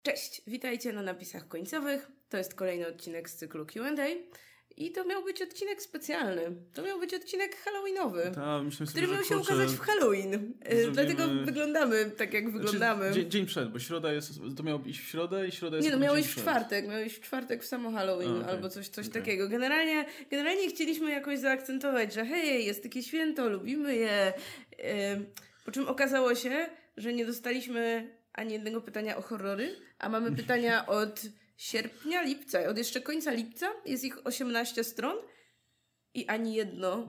Cześć, witajcie na napisach końcowych. To jest kolejny odcinek z cyklu Q&A i to miał być odcinek specjalny. To miał być odcinek halloweenowy, który miał się ukazać w Halloween. Dlatego wyglądamy tak, jak wyglądamy. Dzień przed, bo środa jest... To miało iść w środę i środa jest... Nie, no miało iść w czwartek. Miało iść w czwartek w samo Halloween albo coś takiego. Generalnie chcieliśmy jakoś zaakcentować, że hej, jest takie święto, lubimy je. Po czym okazało się, że nie dostaliśmy ani jednego pytania o horrory, a mamy pytania od sierpnia, lipca, od jeszcze końca lipca. Jest ich 18 stron i ani jedno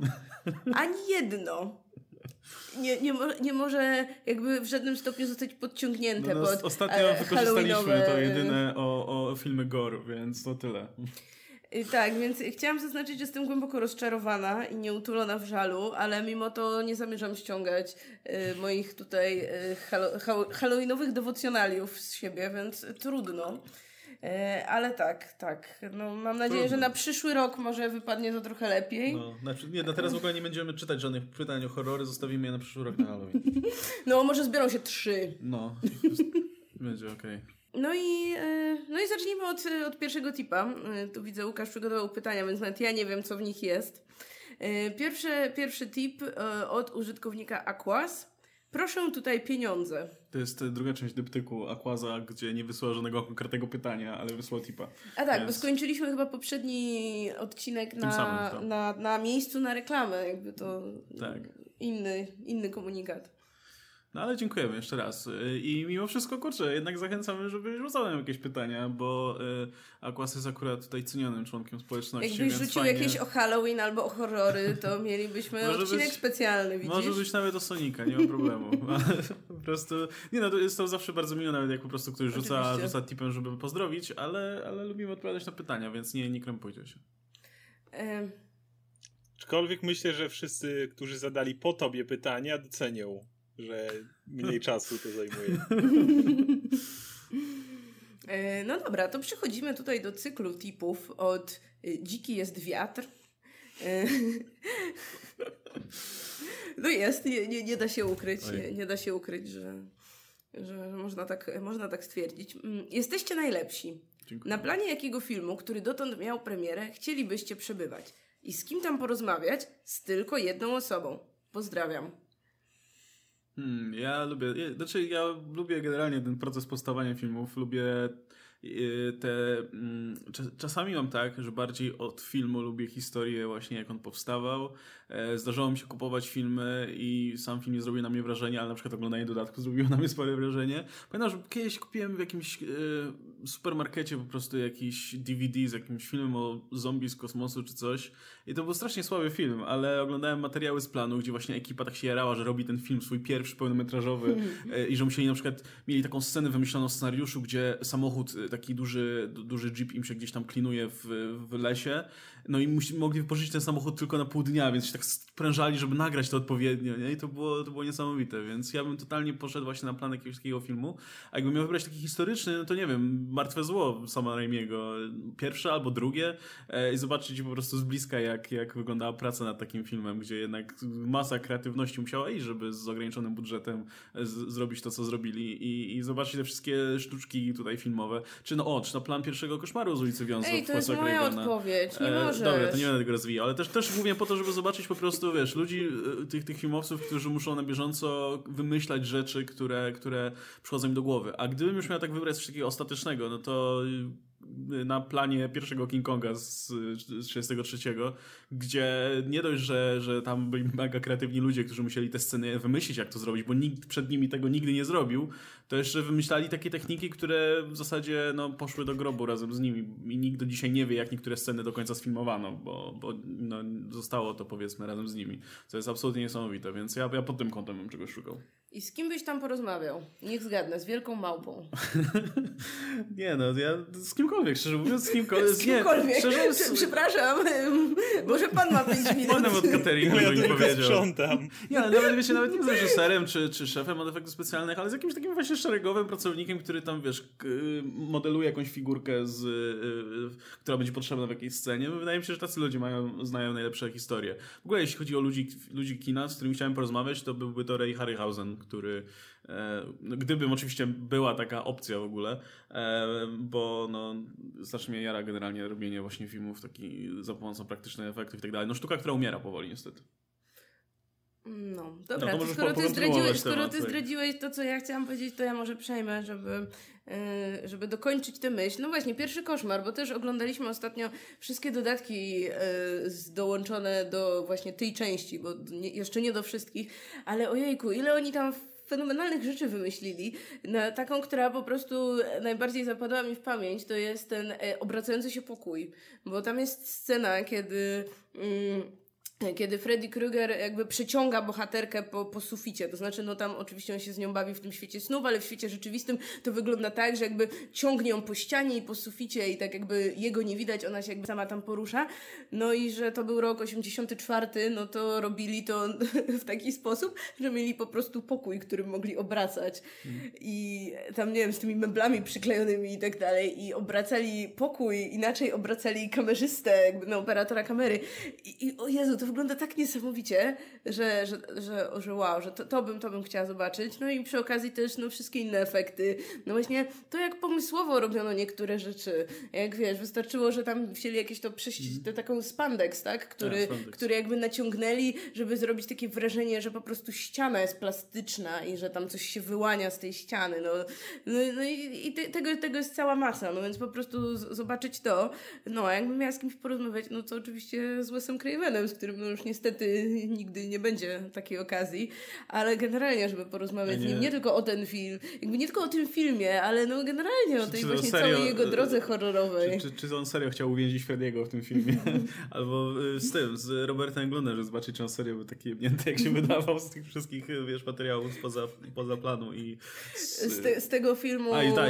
nie może jakby w żadnym stopniu zostać podciągnięte pod ostatnio wykorzystaliśmy to jedyne o filmy gore, więc to tyle. Tak, więc chciałam zaznaczyć, że jestem głęboko rozczarowana i nieutulona w żalu, ale mimo to nie zamierzam ściągać moich tutaj halloweenowych dewocjonaliów z siebie, więc trudno. Ale tak. No, mam nadzieję, że na przyszły rok może wypadnie to trochę lepiej. No teraz w ogóle nie będziemy czytać żadnych pytań o horrory, zostawimy je na przyszły rok na Halloween. No, może zbiorą się 3. No, będzie okej. No i zacznijmy od pierwszego tipa. Tu widzę, Łukasz przygotował pytania, więc nawet ja nie wiem, co w nich jest. Pierwszy tip od użytkownika Aquas. Proszę tutaj pieniądze. To jest druga część dyptyku Aquaza, gdzie nie wysłała żadnego konkretnego pytania, ale wysłał tipa. A tak, bo skończyliśmy chyba poprzedni odcinek na miejscu na reklamę. Jakby to inny komunikat. No ale dziękujemy jeszcze raz. I mimo wszystko, kurczę, jednak zachęcamy, żeby rzucał nam jakieś pytania, bo Aquas jest akurat tutaj cenionym członkiem społeczności. Jakbyś rzucił jakieś o Halloween albo o horrory, to mielibyśmy odcinek specjalny, widzisz? Może być nawet o Sonika, nie ma problemu. Po prostu, to jest to zawsze bardzo miło, nawet jak po prostu ktoś rzuca tipem, żeby pozdrowić, ale lubimy odpowiadać na pytania, więc nie krępujcie się. Aczkolwiek myślę, że wszyscy, którzy zadali po tobie pytania, docenią, że mniej czasu to zajmuje. No dobra, to przechodzimy tutaj do cyklu tipów od Dziki jest wiatr. No jest, nie da się ukryć, nie da się ukryć, że można tak stwierdzić. Jesteście najlepsi. Dziękuję. Na planie jakiego filmu, który dotąd miał premierę, chcielibyście przebywać? I z kim tam porozmawiać? Z tylko jedną osobą. Pozdrawiam. Ja lubię generalnie ten proces powstawania filmów, lubię czasami mam tak, że bardziej od filmu lubię historię właśnie jak on powstawał. Zdarzało mi się kupować filmy i sam film nie zrobił na mnie wrażenia, ale na przykład oglądanie dodatku zrobiło na mnie spore wrażenie. Pamiętam, że kiedyś kupiłem w jakimś supermarkecie po prostu jakiś DVD z jakimś filmem o zombie z kosmosu czy coś i to był strasznie słaby film, ale oglądałem materiały z planu, gdzie właśnie ekipa tak się jarała, że robi ten film swój pierwszy pełnometrażowy i że mieli taką scenę wymyśloną w scenariuszu, gdzie samochód taki duży jeep im się gdzieś tam klinuje w lesie, no i mogli wypożyczyć ten samochód tylko na pół dnia, więc się tak sprężali, żeby nagrać to odpowiednio, nie? I to było niesamowite, więc ja bym totalnie poszedł właśnie na plan jakiegoś takiego filmu, a jakbym miał wybrać taki historyczny, no to nie wiem, Martwe Zło Sama Raimiego, pierwsze albo drugie i zobaczyć po prostu z bliska, jak wyglądała praca nad takim filmem, gdzie jednak masa kreatywności musiała iść, żeby z ograniczonym budżetem zrobić to, co zrobili i zobaczyć te wszystkie sztuczki tutaj filmowe. Czy na plan Pierwszego koszmaru z ulicy Wiązów. To jest moja odpowiedź, nie możesz. Dobra, to nie będę tego rozwijał, ale też głównie po to, żeby zobaczyć po prostu, wiesz, ludzi, tych filmowców, którzy muszą na bieżąco wymyślać rzeczy, które przychodzą im do głowy. A gdybym już miał tak wybrać coś takiego ostatecznego, no to na planie pierwszego King Konga z 33, gdzie nie dość, że tam byli mega kreatywni ludzie, którzy musieli te sceny wymyślić, jak to zrobić, bo nikt przed nimi tego nigdy nie zrobił, to jeszcze wymyślali takie techniki, które w zasadzie poszły do grobu razem z nimi i nikt do dzisiaj nie wie, jak niektóre sceny do końca sfilmowano, bo zostało to, powiedzmy, razem z nimi, co jest absolutnie niesamowite, więc ja pod tym kątem bym czegoś szukał. I z kim byś tam porozmawiał? Niech zgadnę, z wielką małpą. Nie ja z kimkolwiek, szczerze mówiąc, z kimkolwiek. Z kimkolwiek. Przepraszam, może pan ma 5 minut. Panem od cateringu, ja bym powiedział. Sprzątam. Nawet nie z reżyserem, czy szefem od efektów specjalnych, ale z jakimś takim właśnie szeregowym pracownikiem, który tam, wiesz, modeluje jakąś figurkę, która będzie potrzebna w jakiejś scenie. Wydaje mi się, że tacy ludzie znają najlepsze historie. W ogóle jeśli chodzi o ludzi kina, z którymi chciałem porozmawiać, to byłby to Ray Harryhausen, który Gdybym oczywiście była taka opcja w ogóle, bo no, strasznie mnie jara generalnie robienie właśnie filmów za pomocą praktycznych efektów i tak dalej. No sztuka, która umiera powoli niestety. No, dobra, to to skoro ty zdradziłeś to, co ja chciałam powiedzieć, to ja może przejmę, żeby dokończyć tę myśl. No właśnie, Pierwszy koszmar, bo też oglądaliśmy ostatnio wszystkie dodatki dołączone do właśnie tej części, bo jeszcze nie do wszystkich, ale ojejku, ile oni tam fenomenalnych rzeczy wymyślili. Taką, która po prostu najbardziej zapadła mi w pamięć, to jest ten obracający się pokój, bo tam jest scena, kiedy Freddy Krueger jakby przyciąga bohaterkę po suficie, to znaczy no tam oczywiście on się z nią bawi w tym świecie snów, ale w świecie rzeczywistym to wygląda tak, że jakby ciągnie ją po ścianie i po suficie i tak jakby jego nie widać, ona się jakby sama tam porusza. No i że to był rok 84, no to robili to w taki sposób, że mieli po prostu pokój, którym mogli obracać. I tam nie wiem, z tymi meblami przyklejonymi i tak dalej i obracali pokój, inaczej obracali kamerzystę, jakby no, operatora kamery. I o Jezu, to wygląda tak niesamowicie, że wow, że to bym chciała zobaczyć. No i przy okazji też no wszystkie inne efekty. No właśnie to jak pomysłowo robiono niektóre rzeczy. Jak wiesz, wystarczyło, że tam wzięli jakieś to taką spandex, tak? Który jakby naciągnęli, żeby zrobić takie wrażenie, że po prostu ściana jest plastyczna i że tam coś się wyłania z tej ściany. No i tego jest cała masa. No więc po prostu zobaczyć to. No a jakbym miała z kimś porozmawiać, no to oczywiście z Wesem Cravenem, z którym no już niestety nigdy nie będzie takiej okazji, ale generalnie, żeby porozmawiać z nim, nie tylko o ten film, jakby nie tylko o tym filmie, ale no generalnie o tej właśnie całej jego drodze horrorowej. Czy on serio chciał uwięzić Freddy'ego w tym filmie? Albo z Robertem Englundem, żeby zobaczyć, czy on serio był taki jebnięty, jak się wydawał z tych wszystkich, wiesz, materiałów poza planu i z tego filmu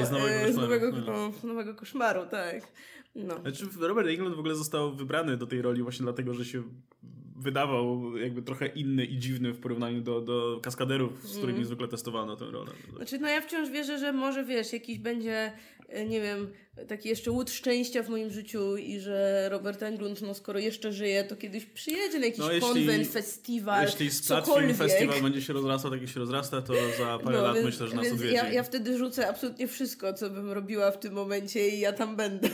z Nowego Koszmaru, tak. No. Znaczy Robert Englund w ogóle został wybrany do tej roli właśnie dlatego, że się wydawał jakby trochę inny i dziwny w porównaniu do kaskaderów, z którymi zwykle testowano tę rolę. Znaczy no ja wciąż wierzę, że może wiesz, jakiś będzie, nie wiem, taki jeszcze łód szczęścia w moim życiu i że Robert Englund, no skoro jeszcze żyje, to kiedyś przyjedzie na jakiś konwent, festiwal, jeśli Splatfilm Festiwal będzie się rozrastał, tak jak się rozrasta, to za parę lat myślę, że nas odwiedzi. Ja wtedy rzucę absolutnie wszystko, co bym robiła w tym momencie i ja tam będę.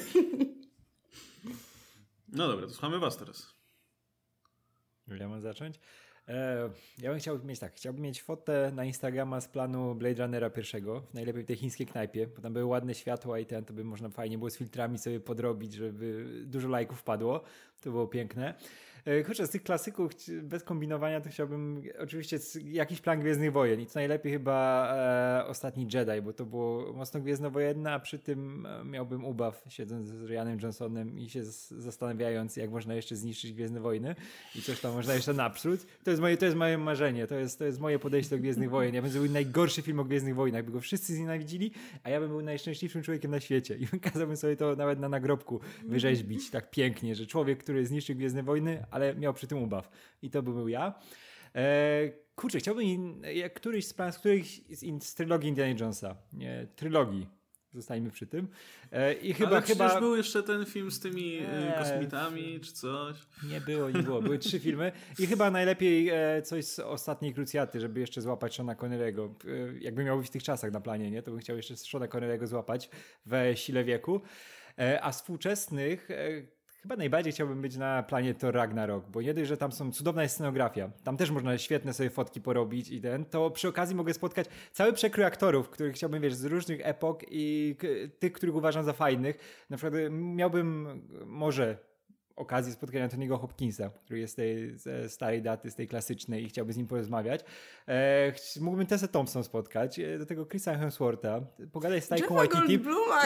No dobra, to słuchamy was teraz. Ja mam zacząć? Ja bym chciałbym mieć fotę na Instagrama z planu Blade Runnera pierwszego, najlepiej w tej chińskiej knajpie, bo tam były ładne światła i to by można fajnie było z filtrami sobie podrobić, żeby dużo lajków padło. To było piękne. Kurczę, z tych klasyków bez kombinowania to chciałbym oczywiście jakiś plan Gwiezdnych Wojen i co najlepiej chyba Ostatni Jedi, bo to było mocno gwiezdnowojenne, a przy tym miałbym ubaw siedząc z Ryanem Johnsonem i się zastanawiając, jak można jeszcze zniszczyć Gwiezdne Wojny i coś tam można jeszcze napsuć. To jest moje marzenie, to jest moje podejście do Gwiezdnych Wojen. Ja bym zrobił najgorszy film o Gwiezdnych Wojnach, by go wszyscy znienawidzili, a ja bym był najszczęśliwszym człowiekiem na świecie i kazałbym sobie to nawet na nagrobku wyrzeźbić tak pięknie, że człowiek, który zniszczył Gwiezdne Wojny, ale miał przy tym ubaw. I to by był ja. Kurczę, chciałbym któryś z trylogii Indiana Jonesa. Nie, trylogii. Zostańmy przy tym. I chyba był jeszcze ten film z tymi kosmitami, czy coś? Nie było. Były 3 filmy. I chyba najlepiej coś z Ostatniej Krucjaty, żeby jeszcze złapać Seana Connery'ego. Jakby miał być w tych czasach na planie, nie? To bym chciał jeszcze Seana Connery'ego złapać we sile wieku. A współczesnych chyba najbardziej chciałbym być na planie Thor Ragnarok, bo nie dość, że tam są cudowna jest scenografia, tam też można świetne sobie fotki porobić i to przy okazji mogę spotkać cały przekrój aktorów, których chciałbym, wiesz, z różnych epok i tych, których uważam za fajnych. Na przykład miałbym może okazję spotkania Tony'ego Hopkinsa, który jest z tej starej daty, z tej klasycznej i chciałbym z nim porozmawiać. Mógłbym Tessę Thompson spotkać, do tego Chrisa Hemswortha, pogadać z Taiką Waititi.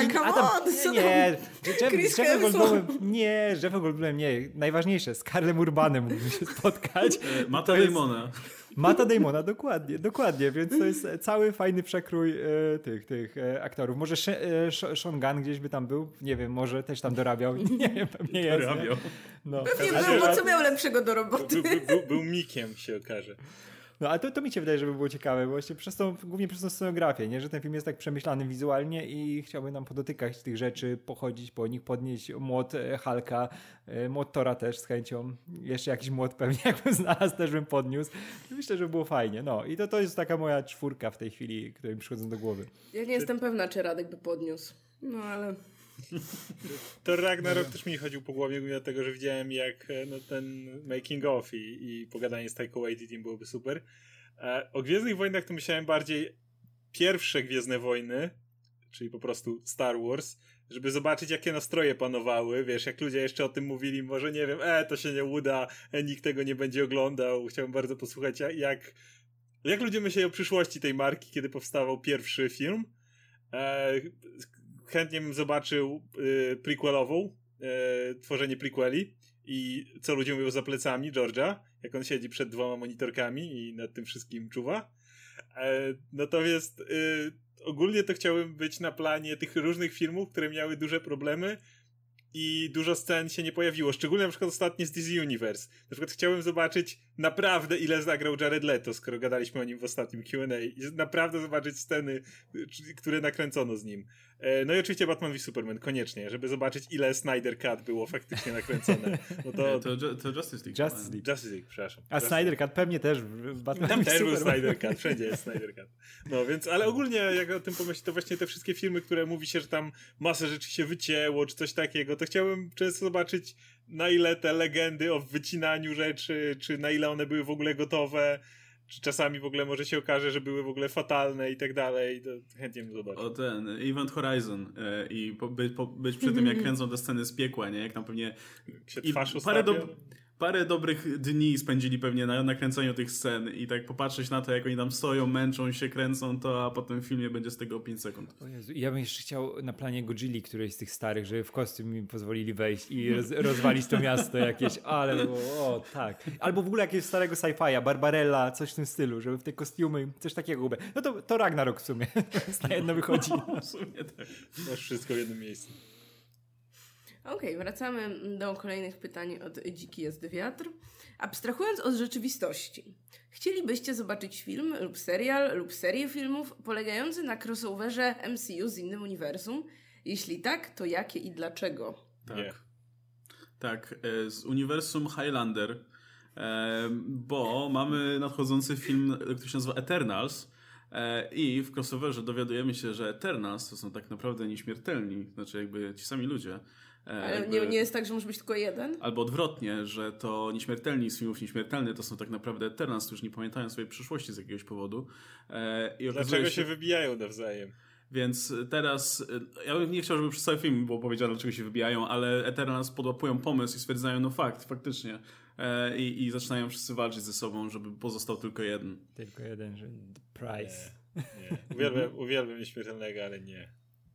Jeffem Goldblumem nie. Najważniejsze, z Karlem Urbanem mógłbym się spotkać. Matta Damona, dokładnie, więc to jest cały fajny przekrój tych aktorów. Może Sean Gunn gdzieś by tam był, nie wiem, może też tam dorabiał, nie wiem, pewnie jest. Dorabiał. No. Pewnie był, bo co miał lepszego do roboty? Był Mikiem, się okaże. No, a to mi się wydaje, żeby było ciekawe, właśnie głównie przez tą scenografię, nie? Że ten film jest tak przemyślany wizualnie i chciałbym nam podotykać tych rzeczy, pochodzić po nich, podnieść młot Hulka, młot Tora też z chęcią, jeszcze jakiś młot pewnie jakbym znalazł, też bym podniósł. Myślę, że było fajnie, no i to jest taka moja 4 w tej chwili, które mi przychodzą do głowy. Ja nie jestem pewna, czy Radek by podniósł, no ale... To Ragnarok też mi chodził po głowie, mimo tego, że widziałem jak ten making of i pogadanie z Taika Waititi byłoby super. O Gwiezdnych Wojnach to myślałem bardziej pierwsze Gwiezdne Wojny, czyli po prostu Star Wars, żeby zobaczyć, jakie nastroje panowały, wiesz, jak ludzie jeszcze o tym mówili, może nie wiem, to się nie uda, nikt tego nie będzie oglądał. Chciałbym bardzo posłuchać, jak ludzie myśleli o przyszłości tej marki, kiedy powstawał pierwszy film. Chętnie bym zobaczył prequelową, tworzenie prequeli i co ludzie mówią za plecami George'a, jak on siedzi przed 2 monitorkami i nad tym wszystkim czuwa. Natomiast ogólnie to chciałbym być na planie tych różnych filmów, które miały duże problemy i dużo scen się nie pojawiło, szczególnie na przykład ostatnie z DC Universe. Na przykład chciałbym zobaczyć naprawdę, ile zagrał Jared Leto, skoro gadaliśmy o nim w ostatnim Q&A, i naprawdę zobaczyć sceny, które nakręcono z nim. No i oczywiście Batman v Superman, koniecznie, żeby zobaczyć, ile Snyder Cut było faktycznie nakręcone. No to Justice League. Justice League, przepraszam. A Snyder Cut pewnie też w Batman tam też Superman. był Snyder Cut, wszędzie jest Snyder Cut. No więc, ale ogólnie jak o tym pomyśleć, to właśnie te wszystkie filmy, które mówi się, że tam masę rzeczy się wycięło, czy coś takiego, to chciałbym często zobaczyć, na ile te legendy o wycinaniu rzeczy, czy na ile one były w ogóle gotowe, czy czasami w ogóle może się okaże, że były w ogóle fatalne i tak dalej, to chętnie bym zobaczył. O ten Event Horizon i być przy tym, jak kręcą te sceny z piekła, nie? Jak tam pewnie się twarz ustawia. Parę dobrych dni spędzili pewnie na nakręceniu tych scen i tak popatrzeć na to, jak oni tam stoją, męczą się, kręcą to, a potem w filmie będzie z tego 5 sekund. O Jezu, ja bym jeszcze chciał na planie Godzilli, którejś z tych starych, żeby w kostium mi pozwolili wejść i rozwalić to miasto jakieś, ale o tak. Albo w ogóle jakiegoś starego sci-fi'a, Barbarella, coś w tym stylu, żeby w te kostiumy, coś takiego. No to Ragnarok w sumie. Na jedno wychodzi. W sumie tak. Masz wszystko w jednym miejscu. Okej, wracamy do kolejnych pytań od Dziki jest wiatr. Abstrahując od rzeczywistości, chcielibyście zobaczyć film lub serial lub serię filmów polegający na crossoverze MCU z innym uniwersum? Jeśli tak, to jakie i dlaczego? Tak. Nie. Tak, z uniwersum Highlander, bo mamy nadchodzący film, który się nazywa Eternals, i w crossoverze dowiadujemy się, że Eternals to są tak naprawdę nieśmiertelni, znaczy jakby ci sami ludzie. Ale nie jest tak, że może być tylko jeden? Albo odwrotnie, że to nieśmiertelni z filmów nieśmiertelny to są tak naprawdę Eternals, którzy nie pamiętają swojej przyszłości z jakiegoś powodu. Dlaczego się wybijają nawzajem? Więc teraz, ja bym nie chciał, żeby przez cały film było powiedziane, dlaczego się wybijają, ale Eternals podłapują pomysł i stwierdzają, no faktycznie. I zaczynają wszyscy walczyć ze sobą, żeby pozostał tylko jeden. Tylko jeden, że Price. Nie. Uwielbiam Nieśmiertelnego, ale nie.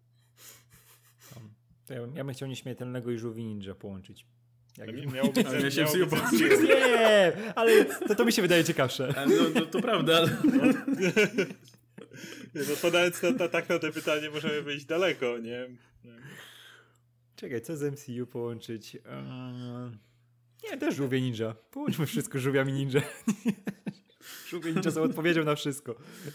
Ja bym chciał Nieśmiertelnego i Żółwi Ninja połączyć. Miało być Nie, ale to mi się wydaje ciekawsze. No, to prawda, ale... No, podając tak na to pytanie możemy wyjść daleko, nie? Czekaj, co z MCU połączyć? Nie, też Żółwie Ninja. Połączmy wszystko z Żółwiami Ninja. Żółwie Ninja są odpowiedzią na wszystko.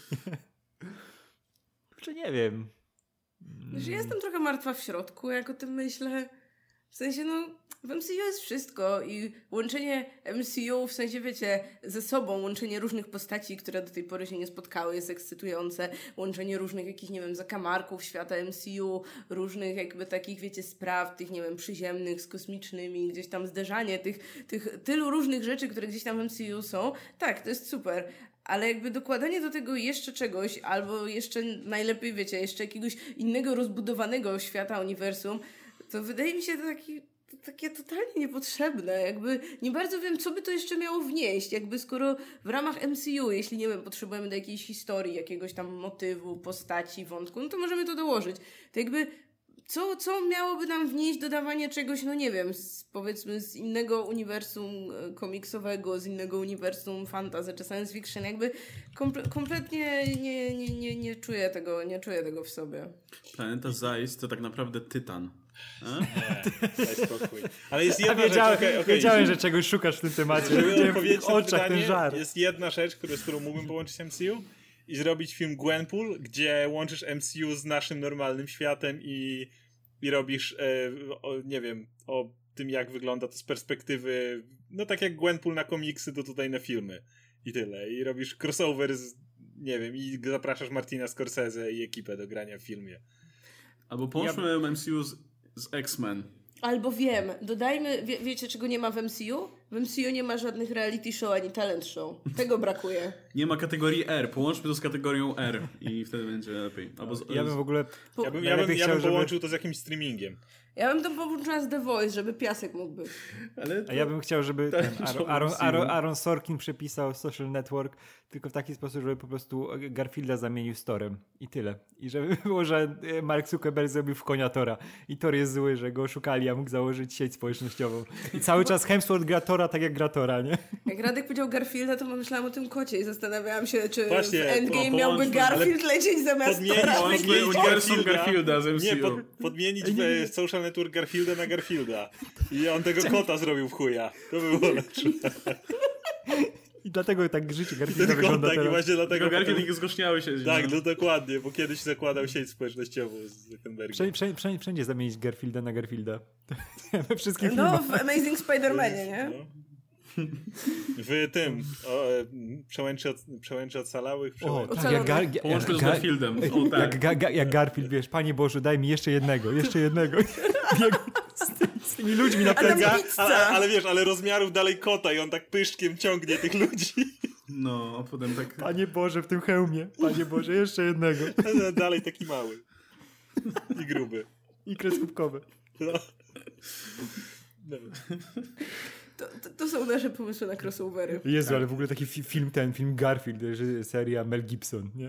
Czy nie wiem. Że jestem trochę martwa w środku, jak o tym myślę. W sensie, w MCU jest wszystko i łączenie MCU, w sensie, wiecie, ze sobą, łączenie różnych postaci, które do tej pory się nie spotkały, jest ekscytujące. Łączenie różnych jakichś, nie wiem, zakamarków świata MCU, różnych jakby takich, wiecie, spraw, tych, nie wiem, przyziemnych z kosmicznymi, gdzieś tam zderzanie tych tylu różnych rzeczy, które gdzieś tam w MCU są. Tak, to jest super. Ale jakby dokładanie do tego jeszcze czegoś, albo jeszcze najlepiej, wiecie, jeszcze jakiegoś innego rozbudowanego świata, uniwersum, to wydaje mi się takie totalnie niepotrzebne. Jakby nie bardzo wiem, co by to jeszcze miało wnieść. Jakby skoro w ramach MCU, jeśli, nie wiem, potrzebujemy do jakiejś historii, jakiegoś tam motywu, postaci, wątku, no to możemy to dołożyć. To jakby Co miałoby nam wnieść dodawanie czegoś, no nie wiem, powiedzmy z innego uniwersum komiksowego, z innego uniwersum fantasy czy science fiction, jakby kompletnie nie czuję tego w sobie. Planeta Zeiss to tak naprawdę Tytan. Daj spokój. Ale jest jedna rzecz, wiedziałem, że czegoś szukasz w tym temacie. Żeby odpowiedzieć w oczach na ten pytanie, żar. jest jedna rzecz, z którą mógłbym połączyć MCU i zrobić film Gwenpool, gdzie łączysz MCU z naszym normalnym światem i robisz, nie wiem, o tym, jak wygląda to z perspektywy, no tak jak Gwenpool na komiksy, to tutaj na filmy. I tyle. I robisz crossover nie wiem, i zapraszasz Martina Scorsese i ekipę do grania w filmie. Albo połączmy MCU z X-Men. Albo dodajmy, wiecie czego nie ma w MCU? W MCU nie ma żadnych reality show ani talent show. Tego brakuje. Nie ma kategorii R. Połączmy to z kategorią R i wtedy będzie lepiej. Albo Ja bym w ogóle... Ja bym połączył to z jakimś streamingiem. Ja bym to połączyła z The Voice, żeby Piasek mógł być. A ja bym chciał, żeby Aaron Sorkin przepisał Social Network tylko w taki sposób, żeby po prostu Garfielda zamienił z Thorem. I tyle. I żeby było, że Mark Zuckerberg zrobił w konia Thora. I Thor jest zły, że go oszukali, a mógł założyć sieć społecznościową. I cały czas Hemsworth gra Thora tak jak gra Thora, nie? Jak Radek powiedział Garfielda, to myślałam o tym kocie i zastanawiałam się, czy właśnie, w Endgame miałby Garfield lecieć zamiast Thora. Połączmy uniwersum Garfielda z MCU. Nie, podmienić Social Network Garfielda na Garfielda. I on tego kota zrobił w chuja. To by było lepsze. I dlatego tak życie Garfielda wygląda teraz. I właśnie dlatego Garfield i zgorzniały się. Tak, no dokładnie, bo kiedyś zakładał sieć społecznościową z Zuckerbergiem. Wszędzie zamienić Garfielda na Garfielda. We wszystkich No, filmach. w Amazing Spider-Manie, nie? No. W tym przełęczy ocalałych. Połączmy z Garfieldem. Jak Garfield, wiesz, Panie Boże, daj mi jeszcze jednego. Z tymi ludźmi na plecach. Ale wiesz, ale rozmiarów dalej kota i on tak pyszczkiem ciągnie tych ludzi. No, a potem tak... Panie Boże, w tym hełmie. Panie Boże, jeszcze jednego. Dalej taki mały. I gruby. I kreskówkowy. No. To są nasze pomysły na crossovery. Jezu, ale w ogóle taki film Garfield, że seria Mel Gibson, nie?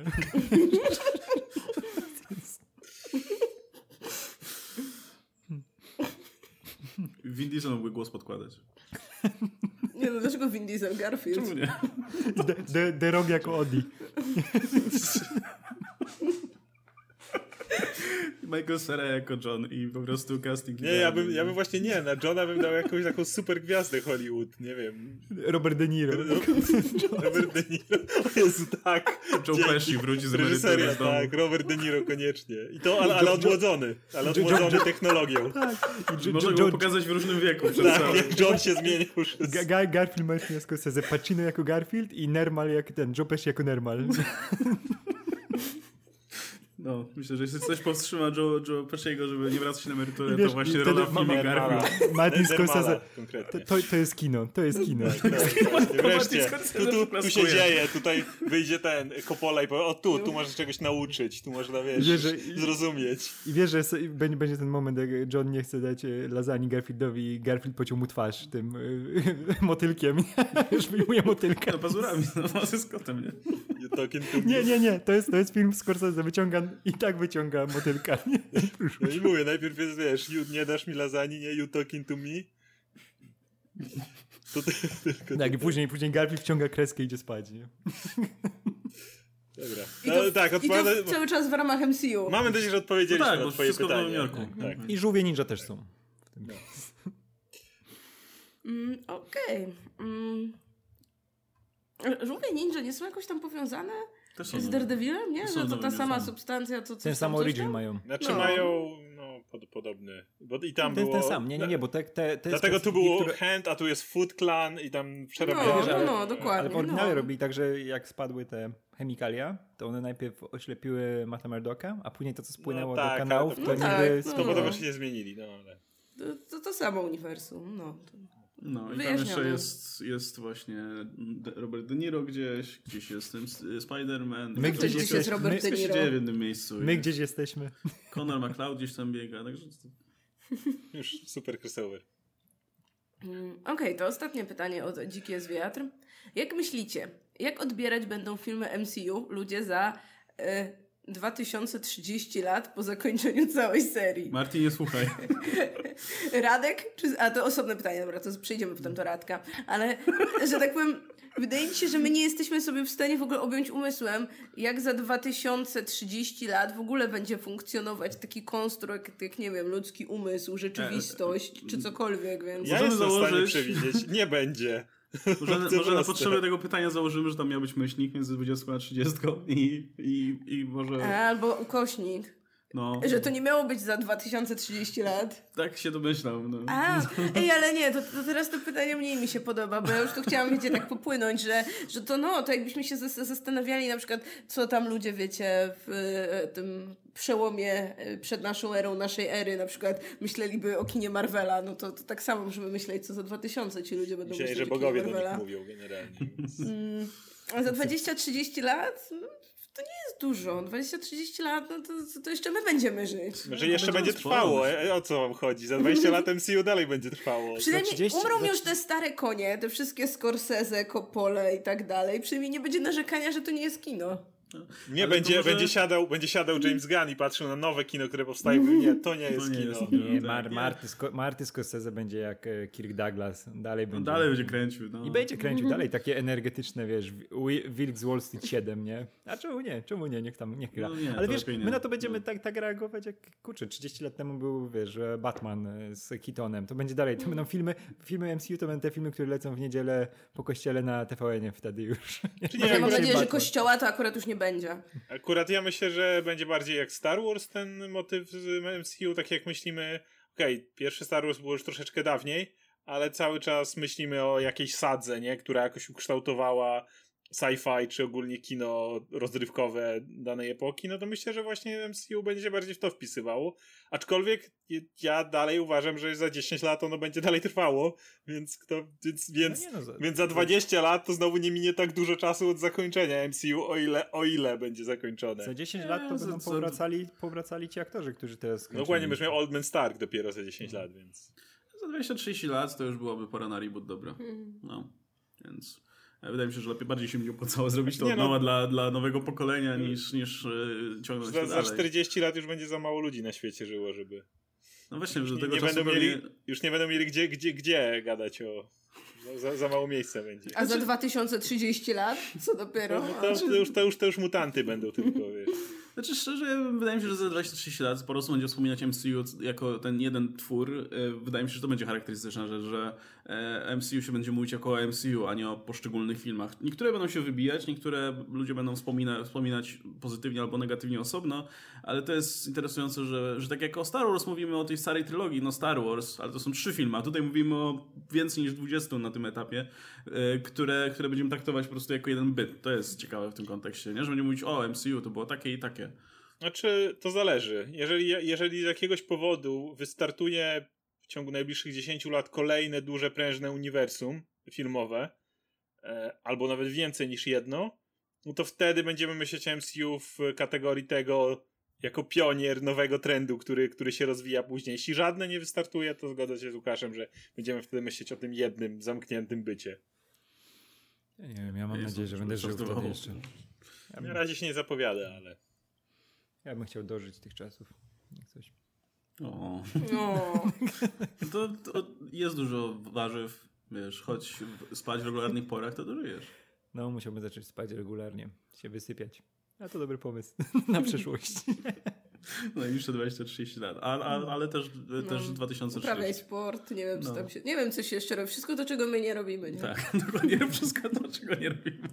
Vin Diesel mógłby głos podkładać. Nie no, dlaczego Vin Diesel? Garfield. Czemu nie? The Rock jako Odi. Michael Cera jako John i po prostu casting. Nie, ja bym właśnie nie, na Johna bym dał jakąś taką super gwiazdę Hollywood, nie wiem. Robert De Niro. Robert De Niro. O Jezu, tak. Joe Pesci wróci z emerytury z domu. Tak, Robert De Niro koniecznie. I to, ale odmłodzony. Ale odmłodzony technologią. Można go pokazać w różnym wieku. Tak, jak John się zmienił. Garfield Martin Scorsese, Pacino jako Garfield i Nermal jak Joe Pesci jako Nermal. No, myślę, że jeśli coś powstrzyma Joe Pesciego, żeby nie wracać na emeryturę, to właśnie rola w filmie Garfield. Martin Scorsese, to jest kino. Wreszcie, tu się dzieje, tutaj wyjdzie ten Coppola i powie, tu możesz czegoś nauczyć, tu można, zrozumieć. I wiesz, że będzie ten moment, jak John nie chce dać lasagne Garfieldowi i Garfield pociął mu twarz tym motylkiem. Już wyjmuje motylkę. No pazurami, no z kotem, nie? Nie, to jest film Scorsese, wyciąga motylka. No i mówię, najpierw jest, wiesz, nie dasz mi lasagne, nie, you talking to me. Tak, i później Garfield wciąga kreskę i idzie spać, nie? Dobra. I to cały czas w ramach MCU. Mamy nadzieję, że odpowiedzieliśmy na twoje pytanie. Tak. I żółwie ninja też są. Okej. Żółwie ninja nie są jakoś tam powiązane z Daredevilem, nie? To ta sama substancja, co ten sam origin mają. Znaczy mają podobny. Bo i tam było... Ten sam, nie, bo dlatego tu było Hand, a tu jest Foot Clan i tam przerabiają. No, dokładnie. Ale w oryginale robili tak, że jak spadły te chemikalia, to one najpierw oślepiły Matta Murdocka, a później to, co spłynęło do kanałów, to niby... To potem już się nie zmienili, no ale... To samo uniwersum, no. No i tam jeszcze jest właśnie Robert De Niro gdzieś jest ten Spider-Man. My gdzieś jest Robert De Niro. Się dzieje w jednym miejscu. My gdzieś jesteśmy. Conor McCloud gdzieś tam biega, także... Już super crossover. Okej, to ostatnie pytanie od Dziki jest wiatr. Jak myślicie, jak odbierać będą filmy MCU ludzie za 2030 lat po zakończeniu całej serii. Martin, nie słuchaj. Radek? A to osobne pytanie, dobra, to przejdziemy potem do Radka. Ale, że tak powiem, wydaje mi się, że my nie jesteśmy sobie w stanie w ogóle objąć umysłem, jak za 2030 lat w ogóle będzie funkcjonować taki konstrukt, jak nie wiem, ludzki umysł, rzeczywistość, czy cokolwiek, więc... Ja jestem w stanie przewidzieć. Nie będzie. Może na potrzeby tego pytania założymy, że tam miał być myślnik między 20 a 30 i może... Albo ukośnik. No. Że to nie miało być za 2030 lat. Tak się domyślam. No. Ale nie, to teraz to pytanie mniej mi się podoba, bo ja już tu chciałam, wiecie, tak popłynąć, że to jakbyśmy się zastanawiali na przykład, co tam ludzie, wiecie, w tym przełomie przed naszą erą, naszej ery, na przykład myśleliby o kinie Marvela, no to tak samo możemy myśleć, co za 2000 ci ludzie będą myśleć że bogowie do nich mówią generalnie. A za 20-30 lat... To nie jest dużo. 20-30 lat, no to jeszcze my będziemy żyć. Że jeszcze będzie trwało. O co wam chodzi? Za 20 lat MCU dalej będzie trwało. Przynajmniej umrą już te stare konie, te wszystkie Scorsese, Coppole i tak dalej. Przynajmniej nie będzie narzekania, że to nie jest kino. Nie, będzie siadał James Gunn i patrzył na nowe kino, które powstaje. Nie, to nie jest kino. Nie, Marty Scorsese będzie jak Kirk Douglas. Dalej będzie kręcił. No. I będzie kręcił dalej takie energetyczne, wiesz, Wilk z Wall Street 7, nie? A czemu nie? Niech gra. No nie, ale wiesz, my na to będziemy tak reagować, jak 30 lat temu był, wiesz, Batman z Keatonem. To będzie dalej. To będą filmy MCU, to będą te filmy, które lecą w niedzielę po kościele na TVN-ie wtedy już. Ja mam nadzieję, że kościoła to akurat już nie będzie. Akurat ja myślę, że będzie bardziej jak Star Wars ten motyw z MCU, tak jak myślimy, pierwszy Star Wars było już troszeczkę dawniej, ale cały czas myślimy o jakiejś sadze, nie? Która jakoś ukształtowała sci-fi, czy ogólnie kino rozrywkowe danej epoki, no to myślę, że właśnie MCU będzie się bardziej w to wpisywało. Aczkolwiek ja dalej uważam, że za 10 lat ono będzie dalej trwało, więc za 20 lat to znowu nie minie tak dużo czasu od zakończenia MCU, o ile będzie zakończone. Za 10 lat to będą powracali ci aktorzy, którzy teraz skończyli. Dokładnie, będziesz miał Old Man Stark dopiero za 10 lat, więc... Za 20-30 lat to już byłaby pora na reboot dobra. No, więc... Wydaje mi się, że bardziej się mi opłacało zrobić to od nowa dla nowego pokolenia niż ciągnąć to dalej. Za 40 lat już będzie za mało ludzi na świecie żyło, żeby... No właśnie, że do tego czasu już nie będą mieli gdzie gadać o... Za mało miejsca będzie. A za 2030 lat? Co dopiero? To już mutanty będą tylko, wiesz. Znaczy szczerze, wydaje mi się, że za 20-30 lat po prostu będzie wspominać MCU jako ten jeden twór. Wydaje mi się, że to będzie charakterystyczna rzecz, że MCU się będzie mówić jako o MCU, a nie o poszczególnych filmach. Niektóre będą się wybijać, niektóre ludzie będą wspominać pozytywnie albo negatywnie osobno, ale to jest interesujące, że tak jak o Star Wars mówimy o tej starej trylogii, no Star Wars, ale to są 3 filmy, a tutaj mówimy o więcej niż 20 na tym etapie, które będziemy traktować po prostu jako jeden byt. To jest ciekawe w tym kontekście, nie? Że będziemy mówić o MCU, to było takie i takie. Znaczy, to zależy. Jeżeli z jakiegoś powodu wystartuje w ciągu najbliższych 10 lat kolejne duże, prężne uniwersum filmowe, albo nawet więcej niż jedno, no to wtedy będziemy myśleć o MCU w kategorii tego jako pionier nowego trendu, który się rozwija później. Jeśli żadne nie wystartuje, to zgodzę się z Łukaszem, że będziemy wtedy myśleć o tym jednym, zamkniętym bycie. Ja nie wiem, ja mam nadzieję, że będę żył wtedy jeszcze. Na razie się nie zapowiada, ale... Ja bym chciał dożyć tych czasów. Jak coś. To jest dużo warzyw, wiesz, chodź spać w regularnych porach, to dożyjesz. No, musiałbym zacząć spać regularnie, się wysypiać. A to dobry pomysł na przyszłość. Najbliższe 20-30 lat, ale też 2030. Uprawiaj sport, nie wiem, co tam się... Nie wiem, co się jeszcze robi. Wszystko to, czego my nie robimy, nie? Tak, dokładnie wszystko to, czego nie robimy.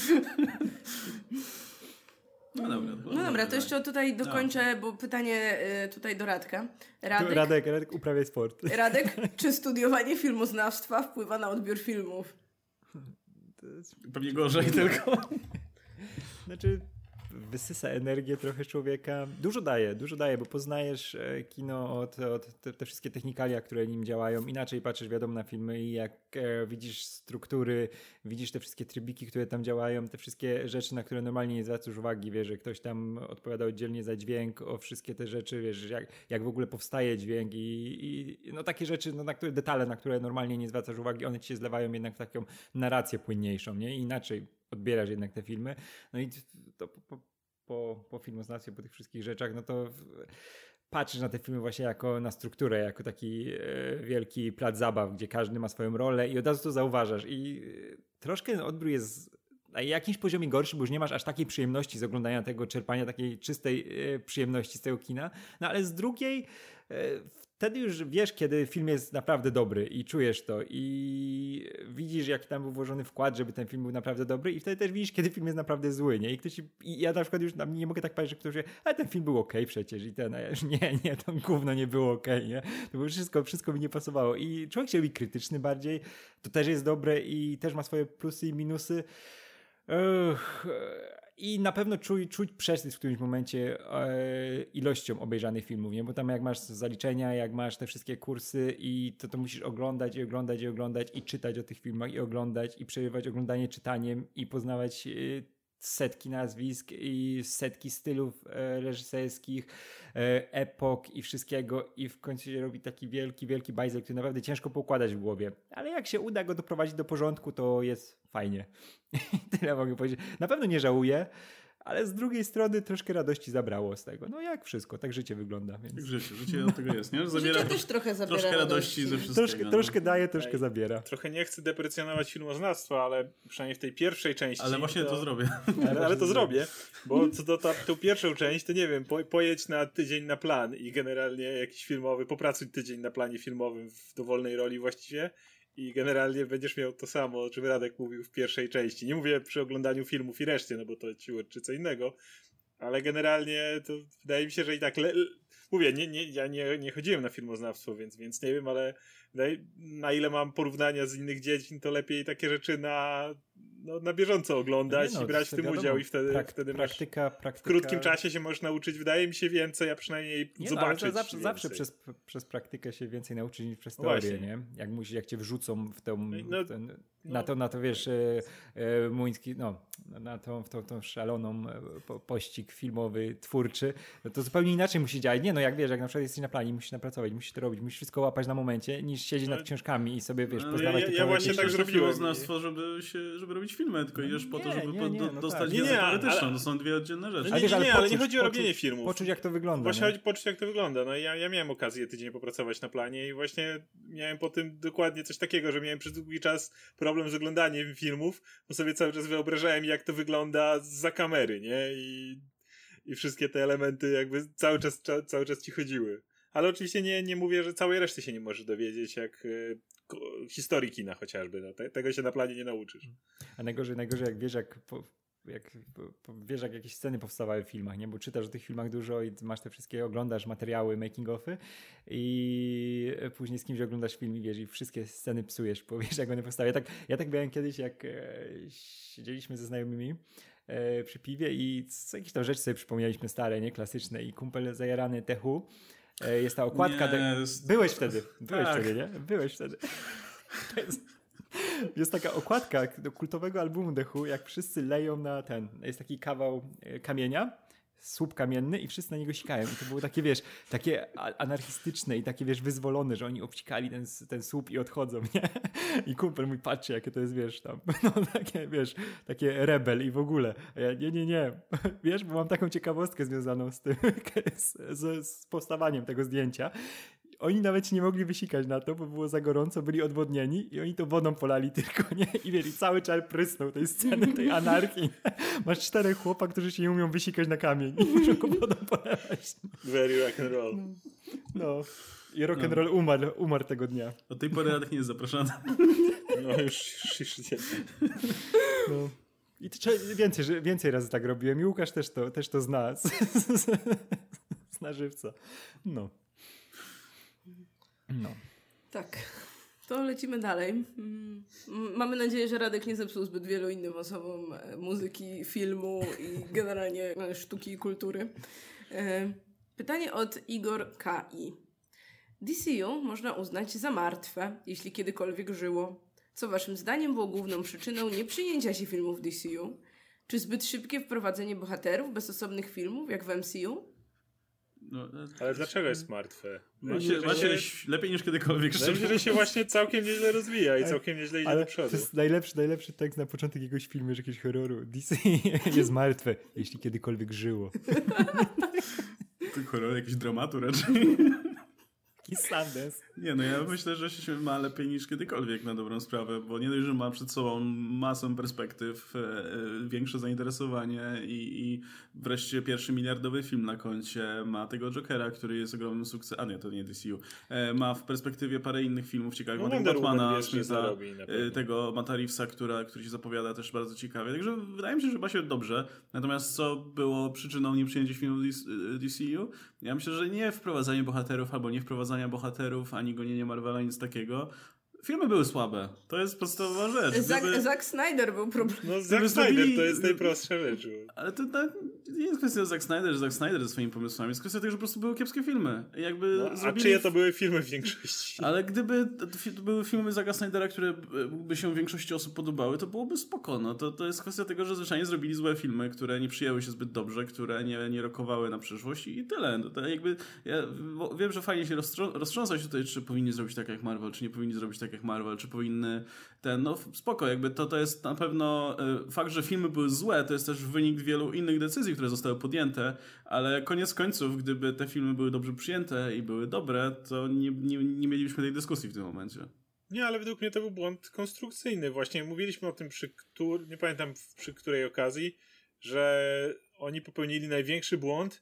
No dobra, to jeszcze tutaj dokończę, bo pytanie tutaj do Radka. Radek, uprawiaj sport. Radek, czy studiowanie filmoznawstwa wpływa na odbiór filmów? Pewnie gorzej tylko. Znaczy... wysysa energię trochę człowieka. Dużo daje, bo poznajesz kino od te wszystkie technikalia, które nim działają. Inaczej patrzysz, wiadomo, na filmy i jak widzisz struktury, widzisz te wszystkie trybiki, które tam działają, te wszystkie rzeczy, na które normalnie nie zwracasz uwagi, wiesz, że ktoś tam odpowiada oddzielnie za dźwięk, o wszystkie te rzeczy, wiesz, jak w ogóle powstaje dźwięk i no takie rzeczy, no detale, na które normalnie nie zwracasz uwagi, one ci się zlewają jednak w taką narrację płynniejszą, nie? I inaczej odbierasz jednak te filmy. No i to po filmoznawstwie, po tych wszystkich rzeczach, no to patrzysz na te filmy właśnie jako na strukturę, jako taki wielki plac zabaw, gdzie każdy ma swoją rolę i od razu to zauważasz. I troszkę ten odbiór jest na jakimś poziomie gorszy, bo już nie masz aż takiej przyjemności z oglądania tego, czerpania takiej czystej przyjemności z tego kina. No ale z drugiej wtedy już wiesz, kiedy film jest naprawdę dobry i czujesz to i widzisz, jaki tam był włożony wkład, żeby ten film był naprawdę dobry i wtedy też widzisz, kiedy film jest naprawdę zły, nie? I ja na przykład już nie mogę tak powiedzieć, że ktoś wie, ale ten film był okej przecież i ten, a ja już nie, to gówno nie było okej, nie? To było wszystko mi nie pasowało i człowiek się robi krytyczny bardziej, to też jest dobre i też ma swoje plusy i minusy. I na pewno czuć przesyt w którymś momencie ilością obejrzanych filmów, nie? Bo tam jak masz zaliczenia, jak masz te wszystkie kursy i to musisz oglądać i czytać o tych filmach i oglądać i przerywać oglądanie czytaniem i poznawać setki nazwisk i setki stylów reżyserskich, epok i wszystkiego i w końcu się robi taki wielki bajzel, który naprawdę ciężko poukładać w głowie. Ale jak się uda go doprowadzić do porządku, to jest fajnie. Tyle mogę powiedzieć. Na pewno nie żałuję, ale z drugiej strony troszkę radości zabrało z tego. No jak wszystko, tak życie wygląda. Więc... Tak życie od tego jest, nie? Zabiera życie też trochę zabiera troszkę radości ze wszystkiego. Troszkę daje, troszkę zabiera. Trochę nie chcę deprecjonować filmoznawstwa, ale przynajmniej w tej pierwszej części... Ale właśnie to zrobię. Ale to zrobię, bo co do tą pierwszą część, to nie wiem, pojedź na tydzień na plan i generalnie jakiś filmowy, popracuj tydzień na planie filmowym w dowolnej roli właściwie i generalnie będziesz miał to samo, o czym Radek mówił w pierwszej części. Nie mówię przy oglądaniu filmów i reszcie, no bo to czy co innego, ale generalnie to wydaje mi się, że i tak mówię, ja nie chodziłem na filmoznawstwo, więc nie wiem, ale na ile mam porównania z innych dziedzin, to lepiej takie rzeczy na bieżąco oglądać i brać w tym udział i wtedy praktyka. W krótkim czasie się możesz nauczyć, wydaje mi się, więcej, a przynajmniej zobaczyć. Zawsze przez praktykę się więcej nauczyć niż przez teorię, nie? Jak cię wrzucą w na to wiesz, Muński, w tą szaloną pościg filmowy, twórczy, no to zupełnie inaczej musi działać. Nie, no jak wiesz, jak na przykład jesteś na planie, musisz napracować, musisz to robić, musisz wszystko łapać na momencie, niż siedzieć nad książkami i sobie, wiesz, poznawać te ja właśnie tak zrobiłem. Filmoznawstwo, żeby robić filmy, tylko idziesz po to, żeby dostać wiedzę teoretyczną. To są dwie oddzielne rzeczy. Ale nie chodzi o robienie filmów. Poczuć, jak to wygląda. Właśnie chodzi poczuć, jak to wygląda. No ja miałem okazję tydzień popracować na planie i właśnie miałem po tym dokładnie coś takiego, że miałem przez długi czas problem z oglądaniem filmów, bo sobie cały czas wyobrażałem, jak to wygląda zza kamery, nie? I wszystkie te elementy jakby cały czas ci chodziły. Ale oczywiście nie mówię, że całej reszty się nie możesz dowiedzieć, jak historii kina chociażby. No, tego się na planie nie nauczysz. A najgorzej jak wiesz, wiesz, jak jakieś sceny powstawały w filmach, nie? Bo czytasz o tych filmach dużo i masz te wszystkie, oglądasz materiały, making-offy i później z kimś oglądasz film i wiesz, i wszystkie sceny psujesz, bo wiesz, jak one powstały. Ja tak miałem kiedyś, jak siedzieliśmy ze znajomymi przy piwie i jakieś tam rzeczy sobie przypomnieliśmy stare, nie? Klasyczne i kumpel zajarany Tehu. Jest ta okładka. Byłeś wtedy, nie? Byłeś wtedy. Jest taka okładka do kultowego albumu The Who, jak wszyscy leją na jest taki kawał kamienia, słup kamienny i wszyscy na niego sikają. I to było takie, wiesz, takie anarchistyczne i takie, wiesz, wyzwolone, że oni obcikali ten słup i odchodzą, nie? I kumpel mój patrzy, jakie to jest, wiesz, tam, takie, wiesz, takie rebel i w ogóle. A ja, nie. Wiesz, bo mam taką ciekawostkę związaną z tym, z powstawaniem tego zdjęcia. Oni nawet nie mogli wysikać na to, bo było za gorąco, byli odwodnieni i oni to wodą polali tylko, nie? I wiesz, cały czar prysnął tej sceny, tej anarchii. Masz 4 chłopak, którzy się nie umią wysikać na kamień i muszą go wodą polewać. Very rock and roll. No. I rock and roll umarł tego dnia. Od tej pory Radek nie jest zapraszany. No już nie. No. I więcej razy tak robiłem i Łukasz też to zna. Zna żywca. No. Tak. To lecimy dalej. Mamy nadzieję, że Radek nie zepsuł zbyt wielu innym osobom muzyki, filmu i generalnie sztuki i kultury. Pytanie od Igor K.I. DCU można uznać za martwe, jeśli kiedykolwiek żyło. Co waszym zdaniem było główną przyczyną nieprzyjęcia się filmów DCU? Czy zbyt szybkie wprowadzenie bohaterów bez osobnych filmów, jak w MCU? No, ale dlaczego jest martwe? Właśnie lepiej niż kiedykolwiek. Myślę, że się właśnie całkiem nieźle rozwija i całkiem nieźle idzie do przodu. To jest najlepszy tekst na początek jakiegoś filmu, jakiegoś horroru. DC jest martwe, jeśli kiedykolwiek żyło. To horror, jakiś dramatu raczej. I Sundance. Nie, no ja myślę, że się ma lepiej niż kiedykolwiek na dobrą sprawę, bo nie dość, że ma przed sobą masę perspektyw, większe zainteresowanie i wreszcie pierwszy miliardowy film na koncie, ma tego Jokera, który jest ogromnym sukcesem, a nie, to nie DCU, ma w perspektywie parę innych filmów ciekawych, ma tego Batmana, Smitha, tego Matta Reevesa, który się zapowiada też bardzo ciekawie, także wydaje mi się, że ma się dobrze, natomiast co było przyczyną nieprzyjęcia filmu DCU? Ja myślę, że nie wprowadzanie bohaterów albo nie wprowadzanie bohaterów, ani gonienie Marvela, nic takiego. Filmy były słabe. To jest podstawowa rzecz. Zack Snyder był problem. No Zack Snyder to jest najprostsza rzecz. Ale to nie jest kwestia Zack Snyder ze swoimi pomysłami. Jest kwestia tego, że po prostu były kiepskie filmy. A czyje to były filmy w większości? Ale gdyby to były filmy Zacka Snydera, które by się większości osób podobały, to byłoby spoko. No, to jest kwestia tego, że zwyczajnie zrobili złe filmy, które nie przyjęły się zbyt dobrze, które nie rokowały na przyszłość i tyle. Ja wiem, że fajnie się roztrząsać tutaj, czy powinni zrobić tak jak Marvel, czy nie powinni zrobić tak jak Marvel, czy powinny spoko, to jest na pewno fakt, że filmy były złe, to jest też wynik wielu innych decyzji, które zostały podjęte, ale koniec końców, gdyby te filmy były dobrze przyjęte i były dobre, to nie mielibyśmy tej dyskusji w tym momencie. Nie, ale według mnie to był błąd konstrukcyjny. Właśnie mówiliśmy o tym nie pamiętam przy której okazji, że oni popełnili największy błąd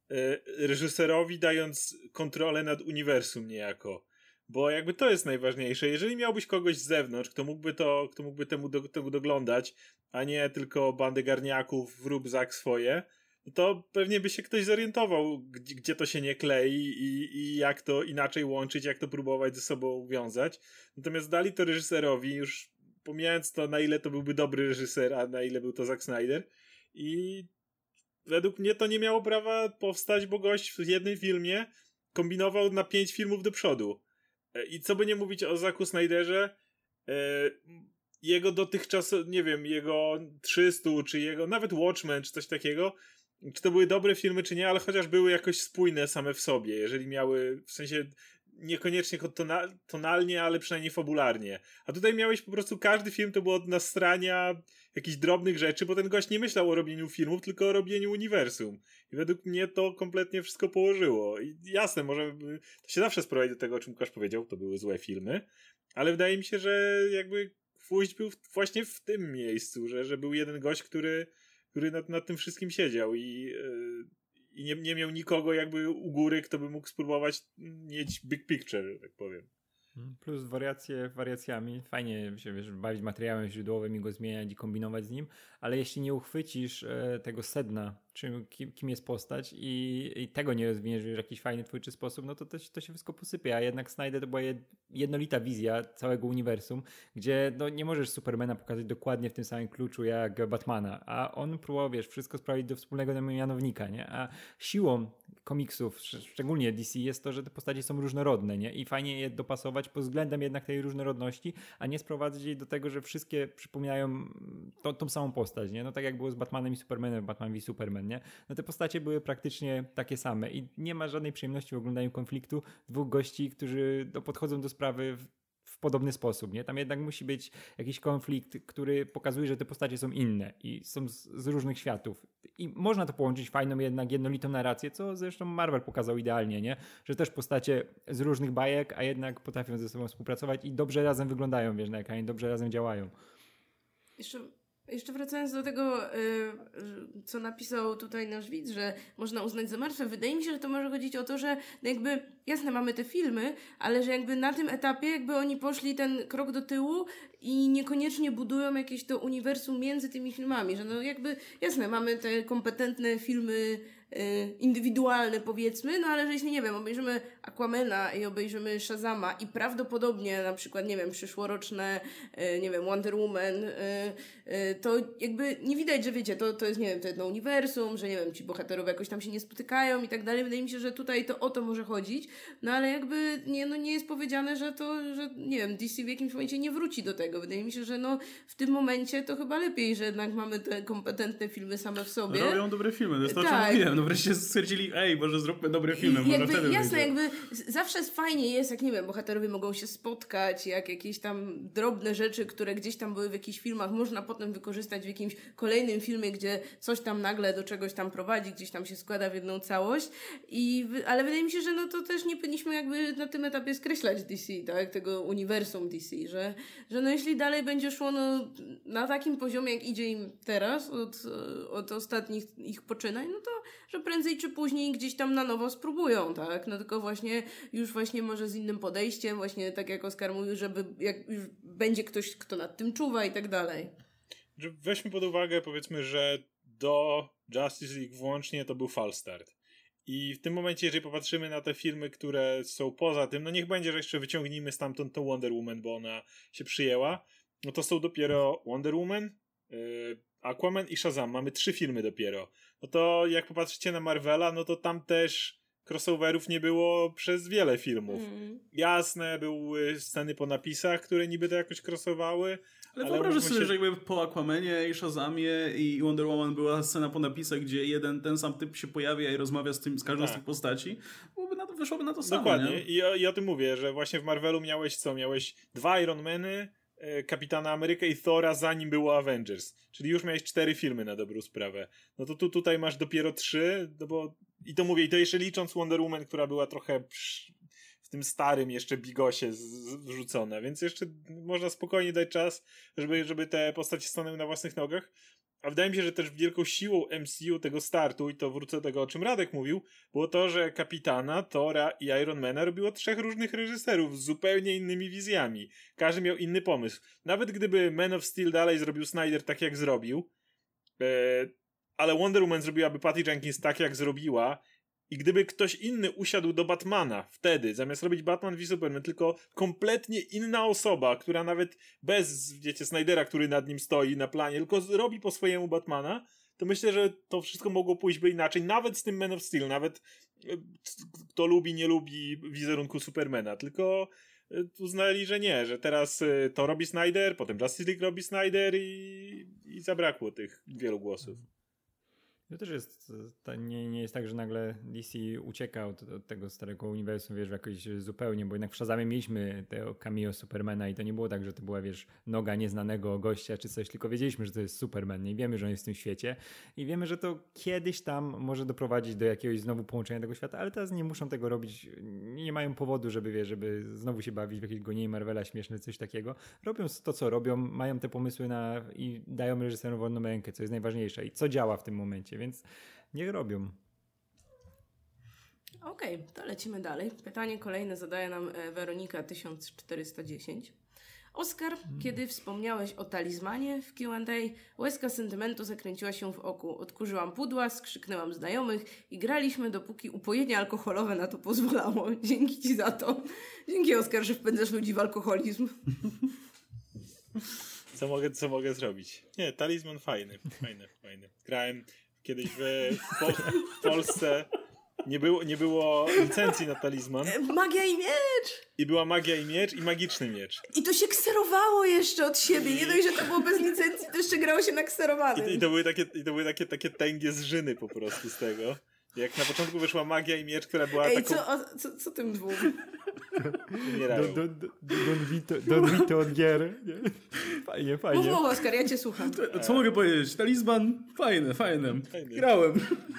reżyserowi, dając kontrolę nad uniwersum niejako. Bo jakby to jest najważniejsze. Jeżeli miałbyś kogoś z zewnątrz, kto mógłby temu doglądać, a nie tylko bandę garniaków, wrób Zak swoje, to pewnie by się ktoś zorientował, gdzie to się nie klei i jak to inaczej łączyć, jak to próbować ze sobą wiązać. Natomiast dali to reżyserowi, już pomijając to, na ile to byłby dobry reżyser, a na ile był to Zack Snyder. I według mnie to nie miało prawa powstać, bo gość w jednym filmie kombinował na 5 filmów do przodu. I co by nie mówić o Zacku Snyderze, jego dotychczas, nie wiem, jego 300, czy jego, nawet Watchmen, czy coś takiego, czy to były dobre filmy, czy nie, ale chociaż były jakoś spójne same w sobie, jeżeli miały, w sensie niekoniecznie tonalnie, ale przynajmniej fabularnie. A tutaj miałeś po prostu, każdy film to było od nastrania jakichś drobnych rzeczy, bo ten gość nie myślał o robieniu filmów, tylko o robieniu uniwersum. I według mnie to kompletnie wszystko położyło. I jasne, może to się zawsze sprowadzi do tego, o czym Łukasz powiedział, to były złe filmy, ale wydaje mi się, że jakby gwóźdź był właśnie w tym miejscu, że był jeden gość, który nad tym wszystkim siedział i nie miał nikogo jakby u góry, kto by mógł spróbować mieć big picture, tak powiem. Plus wariacjami. Fajnie się bawić materiałem źródłowym i go zmieniać i kombinować z nim, ale jeśli nie uchwycisz tego sedna, kim jest postać i tego nie rozwiniesz w jakiś fajny twórczy sposób, no to się wszystko posypie, a jednak Snyder to była jednolita wizja całego uniwersum, gdzie nie możesz Supermana pokazać dokładnie w tym samym kluczu jak Batmana, a on próbował, wszystko sprawić do wspólnego mianownika, nie? A siłą komiksów, szczególnie DC, jest to, że te postacie są różnorodne, nie? I fajnie je dopasować pod względem jednak tej różnorodności, a nie sprowadzać jej do tego, że wszystkie przypominają tą samą postać, nie? No tak jak było z Batmanem i Supermanem, Batman v Superman, nie? No te postacie były praktycznie takie same i nie ma żadnej przyjemności w oglądaniu konfliktu dwóch gości, którzy podchodzą do sprawy w podobny sposób, nie? Tam jednak musi być jakiś konflikt, który pokazuje, że te postacie są inne i są z różnych światów. I można to połączyć fajną, jednak jednolitą narrację, co zresztą Marvel pokazał idealnie, nie? Że też postacie z różnych bajek, a jednak potrafią ze sobą współpracować i dobrze razem wyglądają, na ekranie, dobrze razem działają. Jeszcze wracając do tego, co napisał tutaj nasz widz, że można uznać za martwe, wydaje mi się, że to może chodzić o to, że jakby, jasne, mamy te filmy, ale że jakby na tym etapie jakby oni poszli ten krok do tyłu i niekoniecznie budują jakieś to uniwersum między tymi filmami, że jakby, jasne, mamy te kompetentne filmy indywidualne, powiedzmy, no ale że jeśli, nie wiem, obejrzymy Aquamana i obejrzymy Shazama i prawdopodobnie na przykład, nie wiem, przyszłoroczne, nie wiem, Wonder Woman, to jakby nie widać, że wiecie, to jest, nie wiem, to jedno uniwersum, że nie wiem, ci bohaterowie jakoś tam się nie spotykają i tak dalej. Wydaje mi się, że tutaj to o to może chodzić, no ale jakby nie jest powiedziane, że nie wiem, DC w jakimś momencie nie wróci do tego. Wydaje mi się, że w tym momencie to chyba lepiej, że jednak mamy te kompetentne filmy same w sobie. Robią dobre filmy, to jest to, o czym tak. mówiłem. bo wreszcie stwierdzili, może zróbmy dobre filmy, może wtedy jasne, wyjdzie. zawsze fajnie jest, jak nie wiem, bohaterowie mogą się spotkać, jak jakieś tam drobne rzeczy, które gdzieś tam były w jakichś filmach, można potem wykorzystać w jakimś kolejnym filmie, gdzie coś tam nagle do czegoś tam prowadzi, gdzieś tam się składa w jedną całość. Ale wydaje mi się, że no to też nie powinniśmy jakby na tym etapie skreślać DC, tak? Tego uniwersum DC, że no jeśli dalej będzie szło na takim poziomie, jak idzie im teraz, od ostatnich ich poczynań, no to, że prędzej czy później gdzieś tam na nowo spróbują, tak? No tylko już może z innym podejściem, właśnie tak jak Oskar mówił, żeby jak już będzie ktoś, kto nad tym czuwa i tak dalej. Weźmy pod uwagę, powiedzmy, że do Justice League włącznie to był false start. I w tym momencie, jeżeli popatrzymy na te filmy, które są poza tym, no niech będzie, że jeszcze wyciągnijmy stamtąd tą Wonder Woman, bo ona się przyjęła, no to są dopiero Wonder Woman, Aquaman i Shazam. Mamy 3 filmy dopiero. No to jak popatrzycie na Marvela, no to tam też crossoverów nie było przez wiele filmów. Jasne, były sceny po napisach, które niby to jakoś crossowały. Ale wyobraź sobie, że jakby po Aquamanie i Shazamie i Wonder Woman była scena po napisach, gdzie ten sam typ się pojawia i rozmawia z każdą z tych postaci, wyszłoby na to samo. Dokładnie. I o tym mówię, że właśnie w Marvelu miałeś 2 Ironmany, Kapitana Amerykę i Thora, zanim było Avengers. Czyli już miałeś 4 filmy na dobrą sprawę. No to tutaj masz dopiero 3, no bo i to mówię, i to jeszcze licząc Wonder Woman, która była trochę w tym starym jeszcze bigosie wrzucona, więc jeszcze można spokojnie dać czas, żeby te postacie stanęły na własnych nogach. A wydaje mi się, że też wielką siłą MCU tego startu, i to wrócę do tego, o czym Radek mówił, było to, że Kapitana, Thora i Ironmana robiło 3 różnych reżyserów z zupełnie innymi wizjami. Każdy miał inny pomysł. Nawet gdyby Man of Steel dalej zrobił Snyder tak, jak zrobił, ale Wonder Woman zrobiłaby Patty Jenkins tak, jak zrobiła, i gdyby ktoś inny usiadł do Batmana wtedy, zamiast robić Batman v Superman, tylko kompletnie inna osoba, która nawet bez, Snydera, który nad nim stoi na planie, tylko robi po swojemu Batmana, to myślę, że to wszystko mogło pójść by inaczej, nawet z tym Man of Steel, nawet kto lubi, nie lubi wizerunku Supermana, tylko uznali, że nie, że teraz to robi Snyder, potem Justice League robi Snyder i zabrakło tych wielu głosów. To też nie jest tak, że nagle DC ucieka od tego starego uniwersum, jakoś zupełnie, bo jednak w Shazamie mieliśmy te cameo Supermana i to nie było tak, że to była, noga nieznanego gościa czy coś, tylko wiedzieliśmy, że to jest Superman i wiemy, że on jest w tym świecie i wiemy, że to kiedyś tam może doprowadzić do jakiegoś znowu połączenia tego świata, ale teraz nie muszą tego robić, nie mają powodu, żeby znowu się bawić w jakieś gonienie Marvela śmieszne, coś takiego. Robią to, co robią, mają te pomysły i dają reżyserom wolną rękę, co jest najważniejsze i co działa w tym momencie, więc niech robią. Okej, to lecimy dalej. Pytanie kolejne zadaje nam Weronika 1410. Oskar, kiedy wspomniałeś o talizmanie w Q&A, łezka sentymentu zakręciła się w oku. Odkurzyłam pudła, skrzyknęłam znajomych i graliśmy, dopóki upojenie alkoholowe na to pozwalało. Dzięki ci za to. Dzięki, Oskar, że wpędzasz ludzi w alkoholizm. Co mogę zrobić? Nie, talizman fajny. Grałem kiedyś w Polsce, nie było licencji na talizman. Magia i miecz! I była magia i miecz i magiczny miecz. I to się kserowało jeszcze od siebie. Nie dość, że to było bez licencji, to jeszcze grało się na kserowanym. I to były takie tęgie zrzyny po prostu z tego. Jak na początku wyszła magia i miecz, która była taką... co tym dwóm? Don Vito od gier. Fajnie. Mów, Oskar, ja cię słucham. Co mogę powiedzieć? Talizman fajny. Grałem.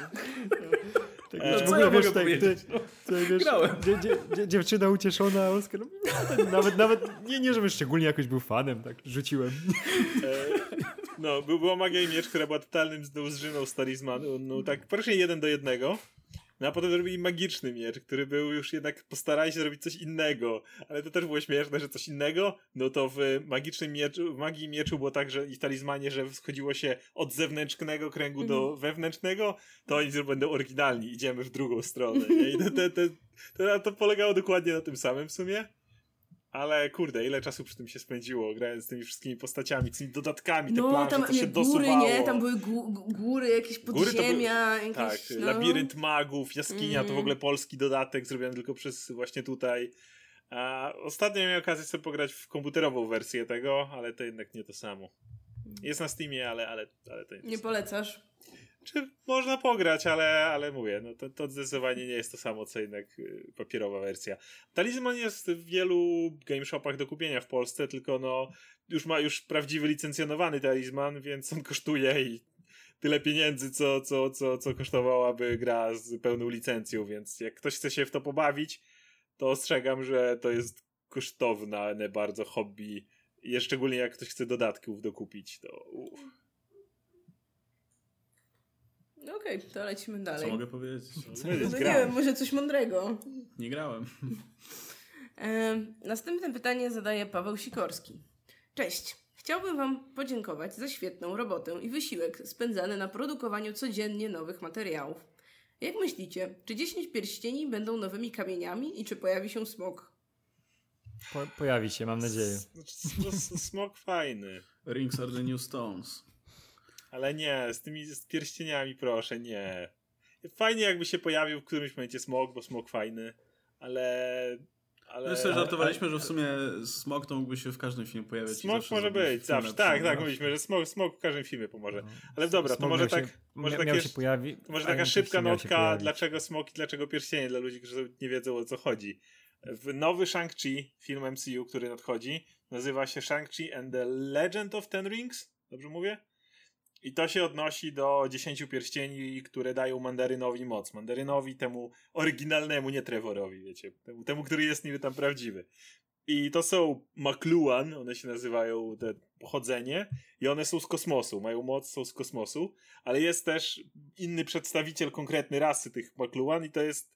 Co ja mogę powiedzieć? Grałem. Dziewczyna ucieszona, Oskar. Nawet nie, żebym szczególnie jakoś był fanem, tak rzuciłem. No, była magia i miecz, która była totalnym zżyną z talizmanu. No tak, praktycznie 1:1. No a potem zrobili magiczny miecz, który był już jednak, postarali się zrobić coś innego. Ale to też było śmieszne, że coś innego, no to w magicznym mieczu, w magii mieczu było tak, że i w talizmanie, że schodziło się od zewnętrznego kręgu do wewnętrznego, to oni będą oryginalni, idziemy w drugą stronę. Nie? I to polegało dokładnie na tym samym w sumie. Ale kurde, ile czasu przy tym się spędziło, grając z tymi wszystkimi postaciami, z tymi dodatkami, te plansze, tam to się góry, dosuwało. Nie, tam były góry, jakieś podziemia. Tak, labirynt magów, jaskinia, to w ogóle polski dodatek zrobiony tylko przez właśnie tutaj. A ostatnio miałem okazję sobie pograć w komputerową wersję tego, ale to jednak nie to samo. Jest na Steamie, ale to nie polecasz? Czy można pograć, ale mówię, no to zdecydowanie nie jest to samo, co jednak papierowa wersja. Talizman jest w wielu game shopach do kupienia w Polsce, tylko no już prawdziwy licencjonowany talizman, więc on kosztuje i tyle pieniędzy, co kosztowałaby gra z pełną licencją, więc jak ktoś chce się w to pobawić, to ostrzegam, że to jest kosztowne bardzo hobby, szczególnie jak ktoś chce dodatków dokupić, to Okej, to lecimy dalej. Co mogę powiedzieć? Nie wiem, może coś mądrego. Nie grałem. Następne pytanie zadaje Paweł Sikorski. Cześć. Chciałbym wam podziękować za świetną robotę i wysiłek spędzany na produkowaniu codziennie nowych materiałów. Jak myślicie, czy 10 pierścieni będą nowymi kamieniami i czy pojawi się smok? Pojawi się, mam nadzieję. Smok fajny. Rings are the new stones. Ale nie, z pierścieniami proszę, nie. Fajnie jakby się pojawił w którymś momencie smok, bo smok fajny, ale my sobie żartowaliśmy, że w sumie smok to mógłby się w każdym filmie pojawiać. Smok może być, zawsze. Tak, mówiliśmy, że smok w każdym filmie pomoże. Ale dobra, to może tak. Może taka szybka notka, dlaczego smok i dlaczego pierścienie dla ludzi, którzy nie wiedzą, o co chodzi. W nowy Shang-Chi, film MCU, który nadchodzi, nazywa się Shang-Chi and the Legend of Ten Rings. Dobrze mówię? I to się odnosi do 10 pierścieni, które dają Mandarynowi moc. Mandarynowi, temu oryginalnemu, nie Trevorowi, wiecie. Temu, który jest niby tam prawdziwy. I to są Makluan, one się nazywają, te pochodzenie, i one są z kosmosu, mają moc, są z kosmosu, ale jest też inny przedstawiciel konkretnej rasy tych Makluan i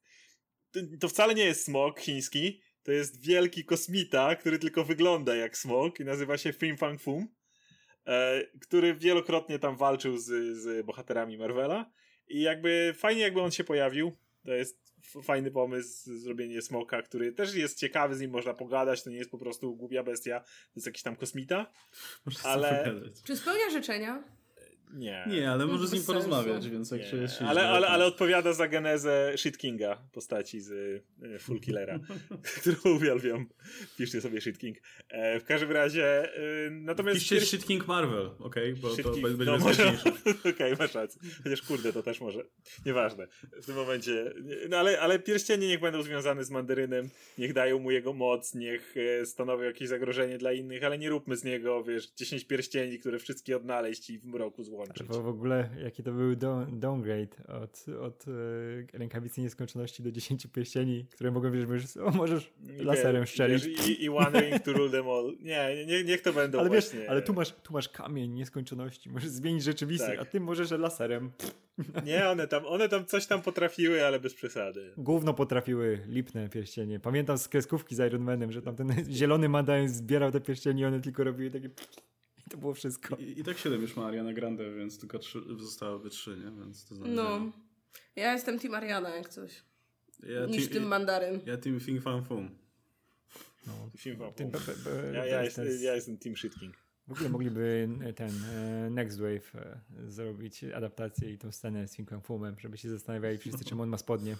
to wcale nie jest smok chiński, to jest wielki kosmita, który tylko wygląda jak smok i nazywa się Fin Fang Foom, który wielokrotnie tam walczył z bohaterami Marvela i jakby fajnie jakby on się pojawił, to jest fajny pomysł, zrobienie smoka, który też jest ciekawy, z nim można pogadać, to nie jest po prostu głupia bestia, to jest jakiś tam kosmita, ale... Czy spełnia życzenia? Nie, ale może z nim porozmawiać, więc jak czujesz się ale odpowiada za genezę Shit Kinga, postaci z Full Killera, którą uwielbiam. Piszcie sobie Shit King. W każdym razie, natomiast... Piszcie Shit King Marvel, okej? Bo Shit to King. będzie bezpieczniejsze. Okej, masz rację. Chociaż kurde, to też może. Nieważne. W tym momencie... No ale pierścienie niech będą związane z Mandarynem, niech dają mu jego moc, niech stanowią jakieś zagrożenie dla innych, ale nie róbmy z niego, 10 pierścieni, które wszystkie odnaleźć i w mroku złączyć. Bo w ogóle jaki to był downgrade od rękawicy nieskończoności do 10 pierścieni, które mogą, możesz laserem strzelić. I one ring to rule them all. Niech to będą ale właśnie. Wiesz, ale tu masz kamień nieskończoności, możesz zmienić rzeczywistość, tak. A ty możesz laserem. Nie, one tam coś tam potrafiły, ale bez przesady. Gówno potrafiły, lipne pierścienie. Pamiętam z kreskówki z Iron Manem, że tam ten zielony Mandarin zbierał te pierścienie i one tylko robiły takie... To było wszystko. I tak 7 już ma Ariana Grande, więc tylko 3, zostałyby 3, nie? Więc to no. Ja jestem Team Ariana, jak coś. Niż Team Mandaryn. Ja Team Fin Fan Foom. No. Ja jestem Team Shit King. W ogóle mogliby ten Next Wave zrobić adaptację i tą scenę z Fin Fan Foomem, żeby się zastanawiali wszyscy, czemu on ma spodnie.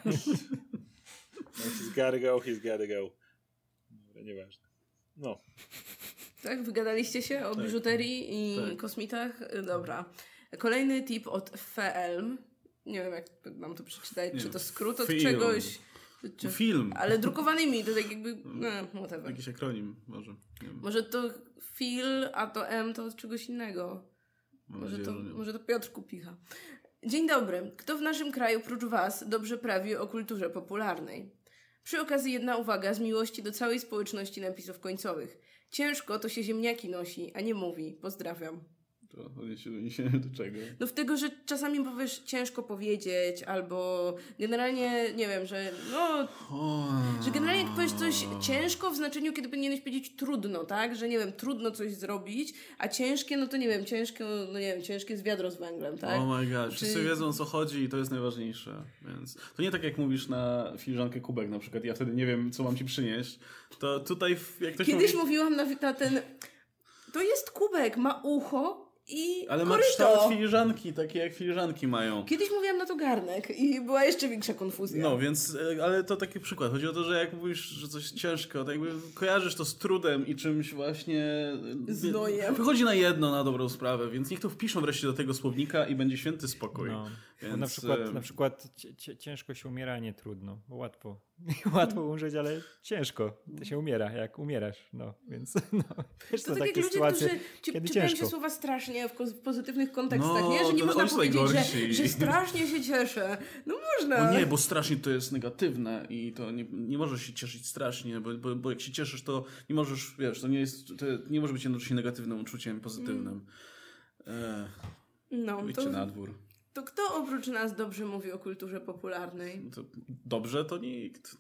He's gotta go. Dobra, nieważne. No. Tak, wygadaliście się o biżuterii i kosmitach? Dobra. Kolejny tip od Feelm. Nie wiem, jak mam to przeczytać. Czy to skrót od czegoś? Film. Ale drukowanymi, to tak jakby... whatever. Jakiś akronim może. Może to Phil, a to M to od czegoś innego. Może to Piotr Kupicha. Dzień dobry. Kto w naszym kraju, prócz was, dobrze prawi o kulturze popularnej? Przy okazji jedna uwaga z miłości do całej społeczności napisów końcowych. Ciężko to się ziemniaki nosi, a nie mówi. Pozdrawiam. To odniesienie do czego? No w tego, że czasami powiesz ciężko powiedzieć, albo generalnie, nie wiem, że że generalnie jak powiesz coś ciężko w znaczeniu, kiedy powinieneś powiedzieć trudno, tak? Że nie wiem, trudno coś zrobić, a ciężkie, no to nie wiem, ciężkie jest wiadro z węglem, tak? Oh my god, wszyscy wiedzą o co chodzi i to jest najważniejsze, więc to nie tak jak mówisz na filiżankę kubek na przykład, ja wtedy nie wiem, co mam ci przynieść, to tutaj jak ktoś Kiedyś mówiłam na ten, to jest kubek, ma ucho i Ale ma koryto. kształt filiżanki, takie jak filiżanki mają. Kiedyś mówiłam na to garnek i była jeszcze większa konfuzja. No, więc, ale to taki przykład. Chodzi o to, że jak mówisz, że coś ciężko, to jakby kojarzysz to z trudem i czymś właśnie... Znojem. Wychodzi na jedno, na dobrą sprawę, więc niech to wpiszą wreszcie do tego słownika i będzie święty spokój. No. Więc... Na przykład ciężko się umiera, a nie trudno. Bo łatwo umrzeć, ale ciężko to się umiera, jak umierasz. No, więc też To są tak takie jak ludzie, sytuacje, którzy kiedy czytają ciężko. się słowa strasznie w pozytywnych kontekstach, No, nie? Że nie to można oni są powiedzieć, najgorsi. że strasznie się cieszę. No można. No nie, bo strasznie to jest negatywne i to nie możesz się cieszyć strasznie, bo jak się cieszysz, to nie możesz, wiesz, to nie może być jednocześnie negatywnym uczuciem pozytywnym. No, Wyjdźcie na dwór. To kto oprócz nas dobrze mówi o kulturze popularnej? To dobrze to nikt.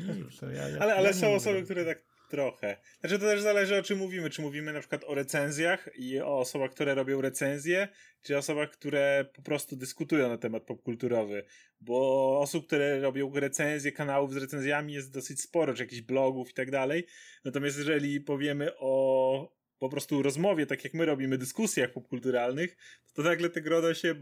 Ale są osoby, które tak trochę. Znaczy to też zależy, o czym mówimy. Czy mówimy na przykład o recenzjach i o osobach, które robią recenzje, czy osobach, które po prostu dyskutują na temat popkulturowy. Bo osób, które robią recenzje, kanałów z recenzjami jest dosyć sporo, czy jakichś blogów i tak dalej. Natomiast jeżeli powiemy o po prostu rozmowie, tak jak my robimy, dyskusjach popkulturalnych, to nagle te grono się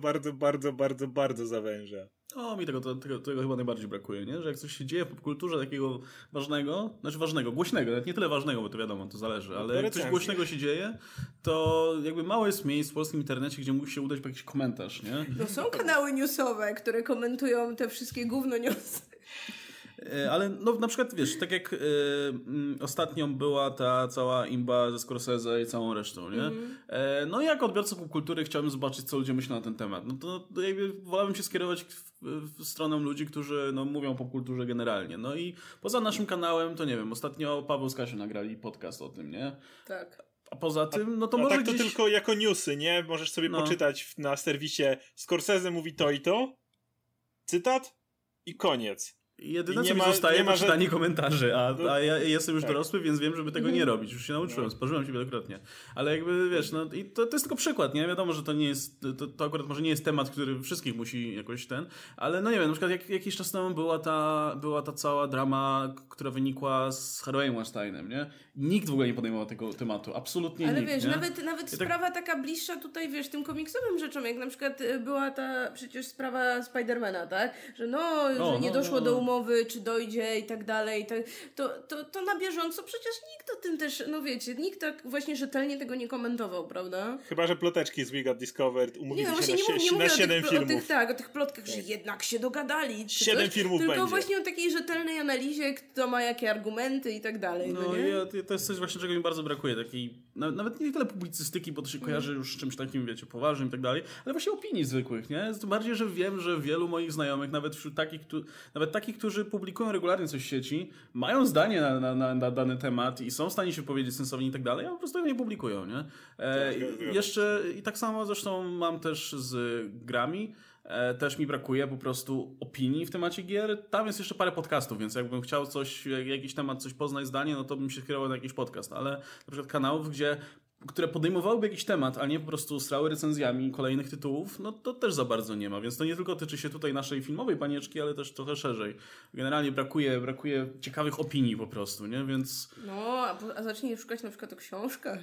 bardzo zawęża. O, mi tego chyba najbardziej brakuje, nie? Że jak coś się dzieje w popkulturze takiego ważnego, głośnego, nawet nie tyle ważnego, bo to wiadomo, to zależy, ale jak coś głośnego się dzieje, to jakby mało jest miejsc w polskim internecie, gdzie musi się udać po jakiś komentarz, nie? No są kanały newsowe, które komentują te wszystkie gówno newsy. Ale no na przykład wiesz, tak jak ostatnio była ta cała imba ze Scorsese i całą resztą, nie? No i jako odbiorca popkultury chciałbym zobaczyć, co ludzie myślą na ten temat. No to jakby wolałbym się skierować w stronę ludzi, którzy mówią o popkulturze generalnie. No i poza naszym kanałem, to nie wiem, ostatnio Paweł z Kasią nagrali podcast o tym, nie? Tak. A poza tym, no to może tak to gdzieś... tylko jako newsy, nie? Możesz sobie poczytać na serwisie Scorsese mówi to i to, cytat i koniec. Jedyne, co mi zostaje, to czytanie komentarzy, a ja jestem już dorosły, więc wiem, żeby tego nie robić. Już się nauczyłem, spożyłem się wielokrotnie. Ale jakby, wiesz, no i to jest tylko przykład, nie? Wiadomo, że to nie jest, to akurat może nie jest temat, który wszystkich musi jakoś ale no nie wiem, na przykład jakiś czas temu była ta cała drama, która wynikła z Harvey'em Weinsteinem, nie? Nikt w ogóle nie podejmował tego tematu, absolutnie nikt. Ale wiesz, nie? nawet sprawa taka bliższa tutaj, wiesz, tym komiksowym rzeczom, jak na przykład była ta przecież sprawa Spidermana, tak? Że że nie doszło do umowy, czy dojdzie i tak dalej. To na bieżąco przecież nikt o tym też, no wiecie, nikt tak właśnie rzetelnie tego nie komentował, prawda? Chyba, że ploteczki z We Got Discovered umówili się na 7 filmów. O tych plotkach, że jednak się dogadali. 7 filmów tylko będzie. Właśnie o takiej rzetelnej analizie, kto ma jakie argumenty i tak dalej. No nie? To jest coś właśnie, czego mi bardzo brakuje. Takiej, nawet nie tyle publicystyki, bo to się kojarzy już z czymś takim, wiecie, poważnym i tak dalej, ale właśnie opinii zwykłych, nie? Tym bardziej, że wiem, że wielu moich znajomych, nawet wśród takich, którzy publikują regularnie coś w sieci, mają zdanie na dany temat i są w stanie się powiedzieć sensownie i tak dalej, a po prostu nie publikują, nie? Jeszcze i tak samo zresztą mam też z grami. Też mi brakuje po prostu opinii w temacie gier. Tam jest jeszcze parę podcastów, więc jakbym chciał jakiś temat, coś poznać zdanie, no to bym się skierował na jakiś podcast, ale na przykład kanałów, które podejmowałyby jakiś temat, a nie po prostu strały recenzjami kolejnych tytułów, no to też za bardzo nie ma, więc to nie tylko tyczy się tutaj naszej filmowej panieczki, ale też trochę szerzej. Generalnie brakuje ciekawych opinii po prostu, nie? Więc... No, a zacznij szukać na przykład o książkach.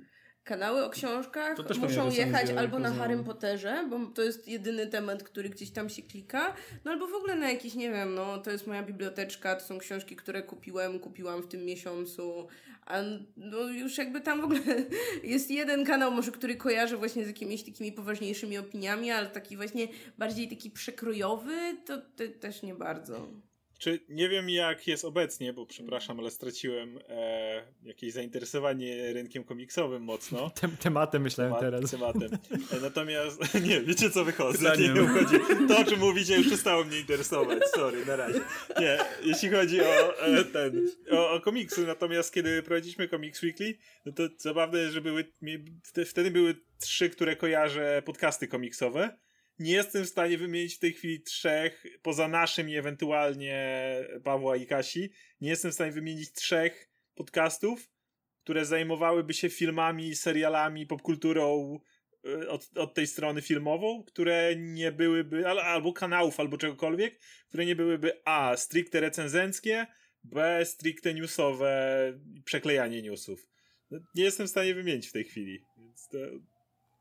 Kanały o książkach muszą recenzje, jechać albo na Harrym Potterze, bo to jest jedyny temat, który gdzieś tam się klika, no albo w ogóle na jakiś, nie wiem, no to jest moja biblioteczka, to są książki, które kupiłam w tym miesiącu, a no już jakby tam w ogóle jest jeden kanał może, który kojarzę właśnie z jakimiś takimi poważniejszymi opiniami, ale taki właśnie bardziej taki przekrojowy, to też nie bardzo. Czy nie wiem jak jest obecnie, bo przepraszam, ale straciłem jakieś zainteresowanie rynkiem komiksowym mocno. Tematem myślałem teraz. Tematem. Natomiast, nie, wiecie co wychodzę, nie uchodzi. To o czym mówicie już przestało mnie interesować, sorry, na razie. Nie, jeśli chodzi o komiksy, natomiast kiedy prowadziliśmy Comics Weekly, no to zabawne jest, że wtedy były 3, które kojarzę, podcasty komiksowe. Nie jestem w stanie wymienić w tej chwili 3, poza naszym i ewentualnie Pawła i Kasi, nie jestem w stanie wymienić 3 podcastów, które zajmowałyby się filmami, serialami, popkulturą od tej strony filmową, które nie byłyby, albo kanałów, albo czegokolwiek, które nie byłyby a. stricte recenzenckie, b. stricte newsowe, przeklejanie newsów. Nie jestem w stanie wymienić w tej chwili, więc to...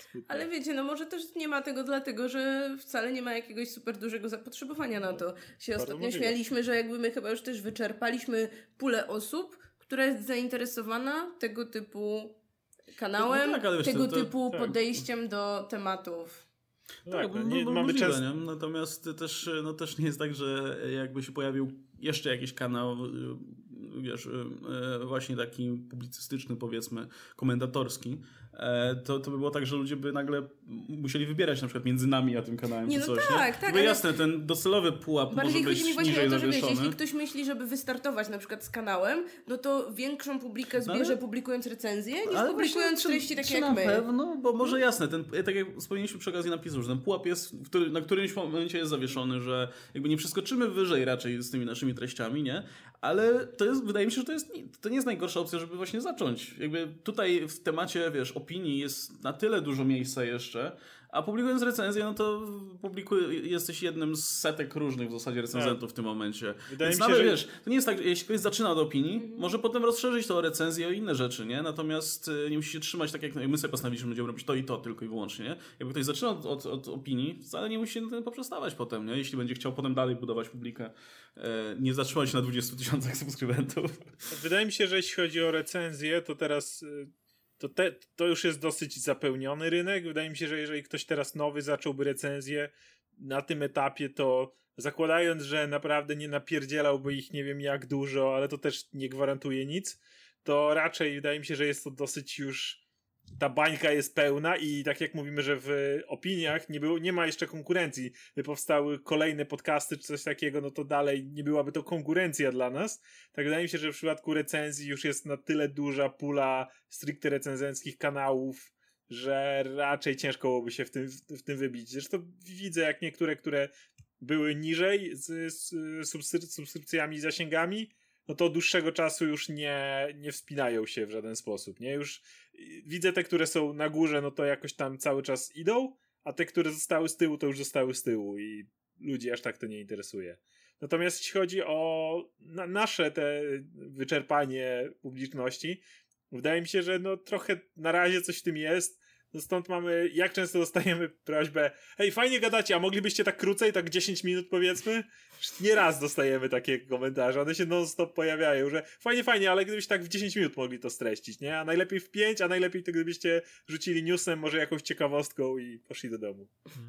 Ale wiecie, no może też nie ma tego dlatego, że wcale nie ma jakiegoś super dużego zapotrzebowania na to. Się ostatnio śmialiśmy, że jakby my chyba już też wyczerpaliśmy pulę osób, która jest zainteresowana tego typu kanałem, tego typu podejściem do tematów. Tak, mamy czas. Nie? Natomiast też nie jest tak, że jakby się pojawił jeszcze jakiś kanał, wiesz, właśnie taki publicystyczny, powiedzmy, komentatorski, to by było tak, że ludzie by nagle musieli wybierać na przykład między nami a tym kanałem czy coś. Tak. Ale jasne, ten docelowy pułap może być chodzi mi właśnie niżej o to, że zawieszony. jeśli ktoś myśli, żeby wystartować na przykład z kanałem, no to większą publikę zbierze publikując recenzje, niż publikując treści takie jak my. Na pewno, bo może jasne, tak jak wspomnieliśmy przy okazji napisu, że ten pułap jest, na którymś momencie jest zawieszony, że jakby nie przeskoczymy wyżej raczej z tymi naszymi treściami, nie? Ale wydaje mi się, że to nie jest najgorsza opcja, żeby właśnie zacząć. Jakby tutaj w temacie, wiesz, opinii jest na tyle dużo miejsca jeszcze, a publikując recenzję, no to jesteś jednym z setek różnych w zasadzie recenzentów w tym momencie. Więc nawet, wiesz, to nie jest tak, że jeśli ktoś zaczyna od opinii, może potem rozszerzyć to o recenzję, o inne rzeczy, nie? Natomiast nie musi się trzymać tak, jak my sobie postanowiliśmy, że będziemy robić to i to tylko i wyłącznie, nie? Jakby ktoś zaczyna od opinii, wcale nie musi się na tym poprzestawać potem, nie? Jeśli będzie chciał potem dalej budować publikę, nie zatrzymać się na 20 000 subskrybentów. Wydaje mi się, że jeśli chodzi o recenzję, to teraz to już jest dosyć zapełniony rynek. Wydaje mi się, że jeżeli ktoś teraz nowy zacząłby recenzję na tym etapie, to zakładając, że naprawdę nie napierdzielałby ich nie wiem jak dużo, ale to też nie gwarantuje nic, to raczej wydaje mi się, że jest to dosyć już ta bańka jest pełna i tak jak mówimy, że w opiniach nie ma jeszcze konkurencji. Gdy powstały kolejne podcasty czy coś takiego, no to dalej nie byłaby to konkurencja dla nas. Tak wydaje mi się, że w przypadku recenzji już jest na tyle duża pula stricte recenzenckich kanałów, że raczej ciężko byłoby się w tym wybić. Zresztą widzę jak niektóre, które były niżej z subskrypcjami i zasięgami, no to od dłuższego czasu już nie wspinają się w żaden sposób, nie? Już widzę te, które są na górze, no to jakoś tam cały czas idą, a te, które zostały z tyłu, to już zostały z tyłu i ludzi aż tak to nie interesuje. Natomiast jeśli chodzi o nasze te wyczerpanie publiczności, wydaje mi się, że no trochę na razie coś w tym jest. No stąd jak często dostajemy prośbę, hej, fajnie gadacie, a moglibyście tak krócej, tak 10 minut powiedzmy? Nieraz dostajemy takie komentarze, one się non-stop pojawiają, że fajnie, ale gdybyście tak w 10 minut mogli to streścić, nie? A najlepiej w 5, a najlepiej to gdybyście rzucili newsem, może jakąś ciekawostką i poszli do domu.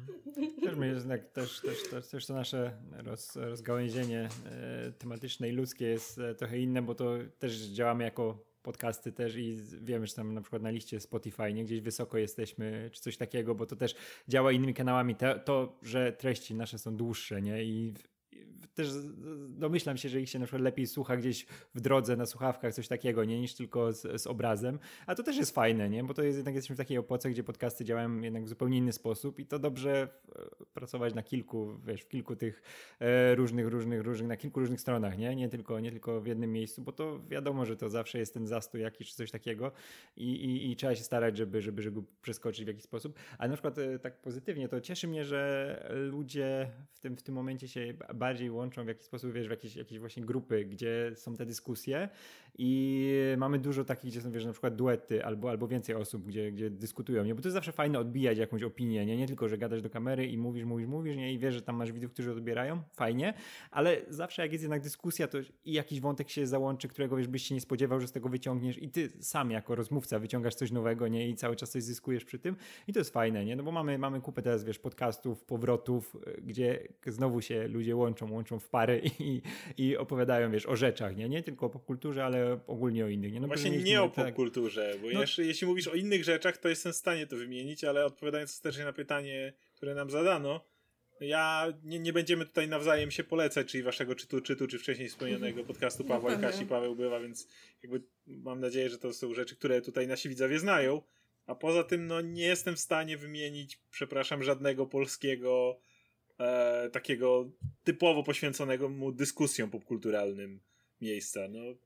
Też to nasze rozgałęzienie tematyczne i ludzkie jest trochę inne, bo to też działamy jako podcasty też i wiemy, że tam na przykład na liście Spotify, nie gdzieś wysoko jesteśmy, czy coś takiego, bo to też działa innymi kanałami. To, że treści nasze są dłuższe, nie? I też domyślam się, że ich się na przykład lepiej słucha gdzieś w drodze, na słuchawkach, coś takiego, nie? Niż tylko z obrazem. A to też jest fajne, nie? Bo to jest jednak jesteśmy w takiej epoce, gdzie podcasty działają jednak w zupełnie inny sposób i to dobrze pracować na w kilku tych różnych, na kilku różnych stronach, nie? Nie tylko w jednym miejscu, bo to wiadomo, że to zawsze jest ten zastój jakiś, czy coś takiego i trzeba się starać, żeby go przeskoczyć w jakiś sposób. Ale na przykład tak pozytywnie, to cieszy mnie, że ludzie w tym momencie się bardziej łączą w jakiś sposób, wiesz, w jakieś właśnie grupy, gdzie są te dyskusje i mamy dużo takich, gdzie są, wiesz, na przykład duety albo więcej osób, gdzie dyskutują, nie? Bo to jest zawsze fajne odbijać jakąś opinię, nie tylko, że gadasz do kamery i mówisz, nie? I wiesz, że tam masz widzów, którzy odbierają, fajnie, ale zawsze jak jest jednak dyskusja, to i jakiś wątek się załączy, którego, wiesz, byś się nie spodziewał, że z tego wyciągniesz i ty sam jako rozmówca wyciągasz coś nowego, nie? I cały czas coś zyskujesz przy tym i to jest fajne, nie? No bo mamy kupę teraz, wiesz, podcastów, powrotów, gdzie znowu się ludzie łączą w pary i opowiadają, wiesz, o rzeczach, nie tylko o popkulturze, ale ogólnie o innych. Nie? No właśnie nie o popkulturze, bo jeśli mówisz o innych rzeczach, to jestem w stanie to wymienić, ale odpowiadając ostatecznie na pytanie, które nam zadano, nie będziemy tutaj nawzajem się polecać, czyli waszego czytu, czy wcześniej wspomnianego podcastu Pawła i Kasi, Paweł bywa, więc jakby mam nadzieję, że to są rzeczy, które tutaj nasi widzowie znają, a poza tym nie jestem w stanie wymienić, żadnego polskiego takiego typowo poświęconego mu dyskusjom popkulturalnym miejsca.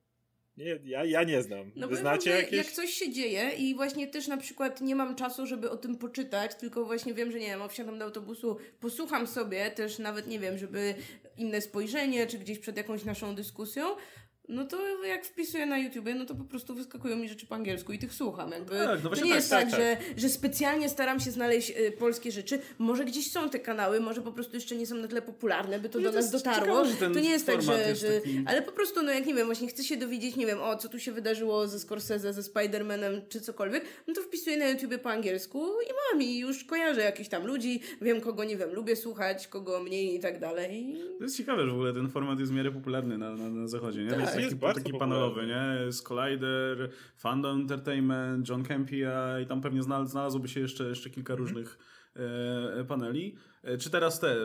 Ja nie znam. Wy znacie jakieś? Jak coś się dzieje i właśnie też na przykład nie mam czasu, żeby o tym poczytać, tylko właśnie wiem, że nie wiem, wsiadam do autobusu, posłucham sobie też nawet, nie wiem, żeby inne spojrzenie, czy gdzieś przed jakąś naszą dyskusją, no to jak wpisuję na YouTubie, no to po prostu wyskakują mi rzeczy po angielsku i tych słucham. Jakby Tak, no to nie jest tak, że specjalnie staram się znaleźć polskie rzeczy. Może gdzieś są te kanały, może po prostu jeszcze nie są na tyle popularne, by to do nas dotarło. To nie jest tak, że taki... ale po prostu, no jak nie wiem, właśnie chcę się dowiedzieć, nie wiem, co tu się wydarzyło ze Scorsese, ze Spider-Manem, czy cokolwiek, no to wpisuję na YouTubie po angielsku i mam i już kojarzę jakichś tam ludzi, wiem kogo, nie wiem, lubię słuchać, kogo mniej i tak dalej. To jest ciekawe, że w ogóle ten format jest w miarę popularny na zachodzie, nie? Tak. Jest taki panelowy, nie? Jest Collider, Fandom Entertainment, John Campea i tam pewnie znalazłoby się jeszcze kilka różnych paneli. Czy teraz te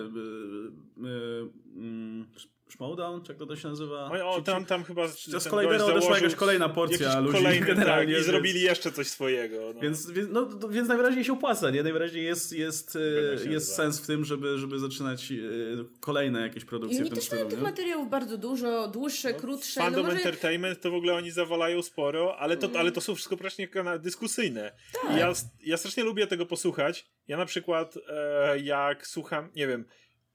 Schmodown, czy jak to się nazywa? Tam chyba z Collidera odeszła jakaś kolejna porcja ludzi generalnie. Tak, i zrobili jeszcze coś swojego. No. Więc najwyraźniej się opłaca, nie? Najwyraźniej jest sens w tym, żeby zaczynać kolejne jakieś produkcje w tym stylu. I oni też mają tych materiałów bardzo dużo, dłuższe, krótsze. Fandom Entertainment to w ogóle oni zawalają sporo, ale to są wszystko praktycznie dyskusyjnie. Tak. Ja strasznie lubię tego posłuchać. Ja na przykład jak słucham, nie wiem,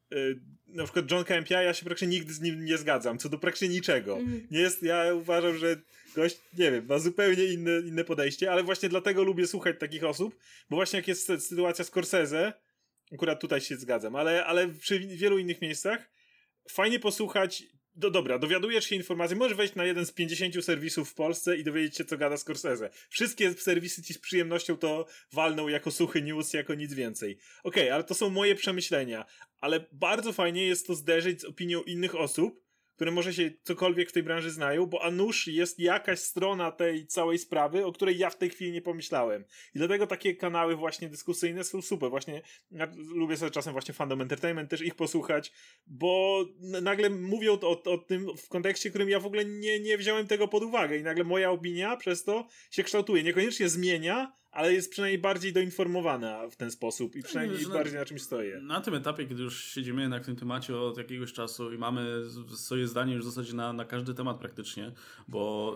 na przykład John Campea, ja się praktycznie nigdy z nim nie zgadzam, co do praktycznie niczego. Ja uważam, że gość, nie wiem, ma zupełnie inne podejście, ale właśnie dlatego lubię słuchać takich osób, bo właśnie jak jest sytuacja Scorsese, akurat tutaj się zgadzam, ale przy wielu innych miejscach fajnie posłuchać. Dobra, dowiadujesz się informacji, możesz wejść na jeden z 50 serwisów w Polsce i dowiedzieć się, co gada Scorsese. Wszystkie serwisy ci z przyjemnością to walną jako suchy news, jako nic więcej. Okej, ale to są moje przemyślenia. Ale bardzo fajnie jest to zderzyć z opinią innych osób, które może się cokolwiek w tej branży znają, bo a nuż jest jakaś strona tej całej sprawy, o której ja w tej chwili nie pomyślałem. I dlatego takie kanały właśnie dyskusyjne są super. Właśnie ja lubię sobie czasem właśnie Fandom Entertainment też ich posłuchać, bo nagle mówią o tym w kontekście, w którym ja w ogóle nie wziąłem tego pod uwagę i nagle moja opinia przez to się kształtuje. Niekoniecznie zmienia, ale jest przynajmniej bardziej doinformowana w ten sposób i przynajmniej bardziej na czymś stoję. Na tym etapie, kiedy już siedzimy jednak w tym temacie od jakiegoś czasu i mamy swoje zdanie już w zasadzie na każdy temat praktycznie, bo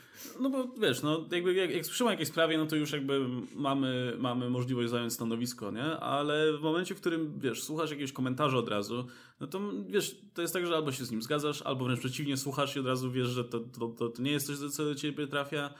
wiesz, jakby jak słyszymy o jakiejś sprawie, no to już jakby mamy możliwość zająć stanowisko, nie? Ale w momencie, w którym, wiesz, słuchasz jakiegoś komentarza od razu, no to wiesz, to jest tak, że albo się z nim zgadzasz, albo wręcz przeciwnie, słuchasz i od razu wiesz, że to nie jest coś, co do ciebie trafia,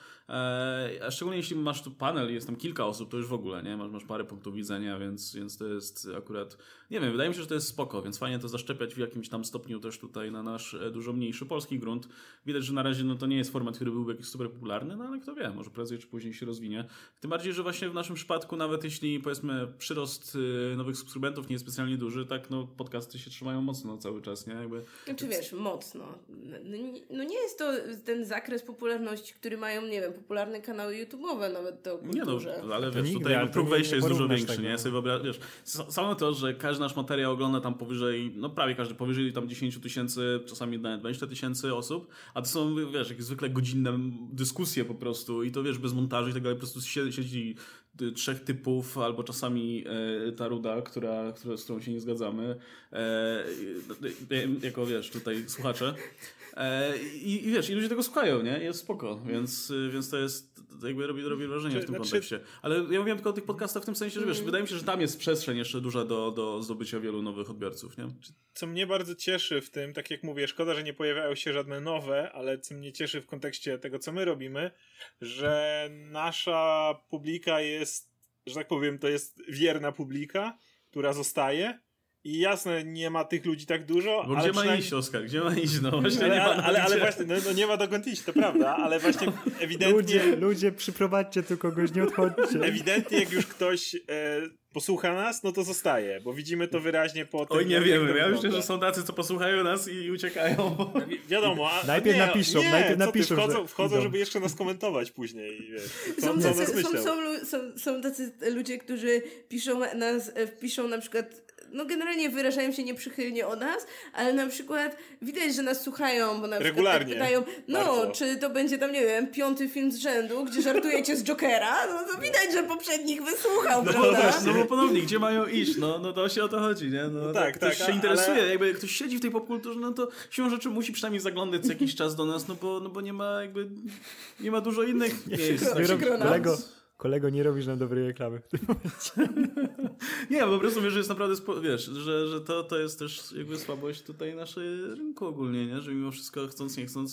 a szczególnie jeśli masz tu panel i jest tam kilka osób, to już w ogóle, nie? Masz parę punktów widzenia, więc to jest akurat, nie wiem, wydaje mi się, że to jest spoko, więc fajnie to zaszczepiać w jakimś tam stopniu też tutaj na nasz dużo mniejszy polski grunt. Widać, że na razie to nie jest format, który byłby jakiś super popularny, no ale kto wie, może prędzej czy później się rozwinie. Tym bardziej, że właśnie w naszym przypadku, nawet jeśli powiedzmy przyrost nowych subskrybentów nie jest specjalnie duży, tak podcasty się trzymają mocno cały czas, nie? Znaczy wiesz, mocno. No nie jest to ten zakres popularności, który mają, nie wiem, popularne kanały YouTube'owe nawet do kulturze. Nie ale wiesz, tutaj próg wejścia jest dużo większy, nie? Sobie wiesz, samo to, że każdy nasz materiał ogląda tam powyżej, prawie każdy, powyżej tam 10 000, czasami 20 000 osób, a to są, wiesz, jak zwykle godzinne dyskusje po prostu i to, wiesz, bez montażu i tak dalej, po prostu siedzi 3 typów, albo czasami ta ruda, z którą się nie zgadzamy, jako, wiesz, tutaj słuchacze. I wiesz, i ludzie tego słuchają, nie? Jest spoko, więc to jest, jakby robi wrażenie w tym kontekście. Ale ja mówiłem tylko o tych podcastach w tym sensie, że wiesz, wydaje mi się, że tam jest przestrzeń jeszcze duża do zdobycia wielu nowych odbiorców, nie? Co mnie bardzo cieszy w tym, tak jak mówię, szkoda, że nie pojawiają się żadne nowe, ale co mnie cieszy w kontekście tego, co my robimy, że nasza publika jest, że tak powiem, to jest wierna publika, która zostaje. I jasne, nie ma tych ludzi tak dużo, bo ale gdzie ma iść, Oskar? Gdzie ma iść? No właśnie ale właśnie, nie ma dokąd iść, to prawda, ale właśnie ewidentnie... Ludzie, przyprowadźcie tu kogoś, nie odchodźcie. Ewidentnie jak już ktoś posłucha nas, no to zostaje, bo widzimy to wyraźnie po tym... Oj, nie wiemy, ja myślę, że są tacy, co posłuchają nas i uciekają. Bo... Wiadomo, najpierw napiszą, wchodzą, żeby jeszcze nas komentować później. Wiesz, są tacy ludzie, którzy piszą na przykład, generalnie wyrażają się nieprzychylnie o nas, ale na przykład widać, że nas słuchają, bo na regularnie przykład tak pytają, czy to będzie tam, nie wiem, 5. film z rzędu, gdzie żartujecie z Jokera, no to widać, że poprzednich wysłuchał, prawda? No bo ponownie, gdzie mają iść? No to właśnie o to chodzi, nie? Ktoś się interesuje, jakby ktoś siedzi w tej popkulturze, no to siłą rzeczy musi przynajmniej zaglądać co jakiś czas do nas, no bo nie ma dużo innych miejsc. Kolego, nie robisz nam dobrej reklamy w tym momencie. Nie, po prostu wiesz, że jest naprawdę, wiesz, że to jest też jakby słabość tutaj naszego rynku ogólnie, nie? Że mimo wszystko chcąc, nie chcąc,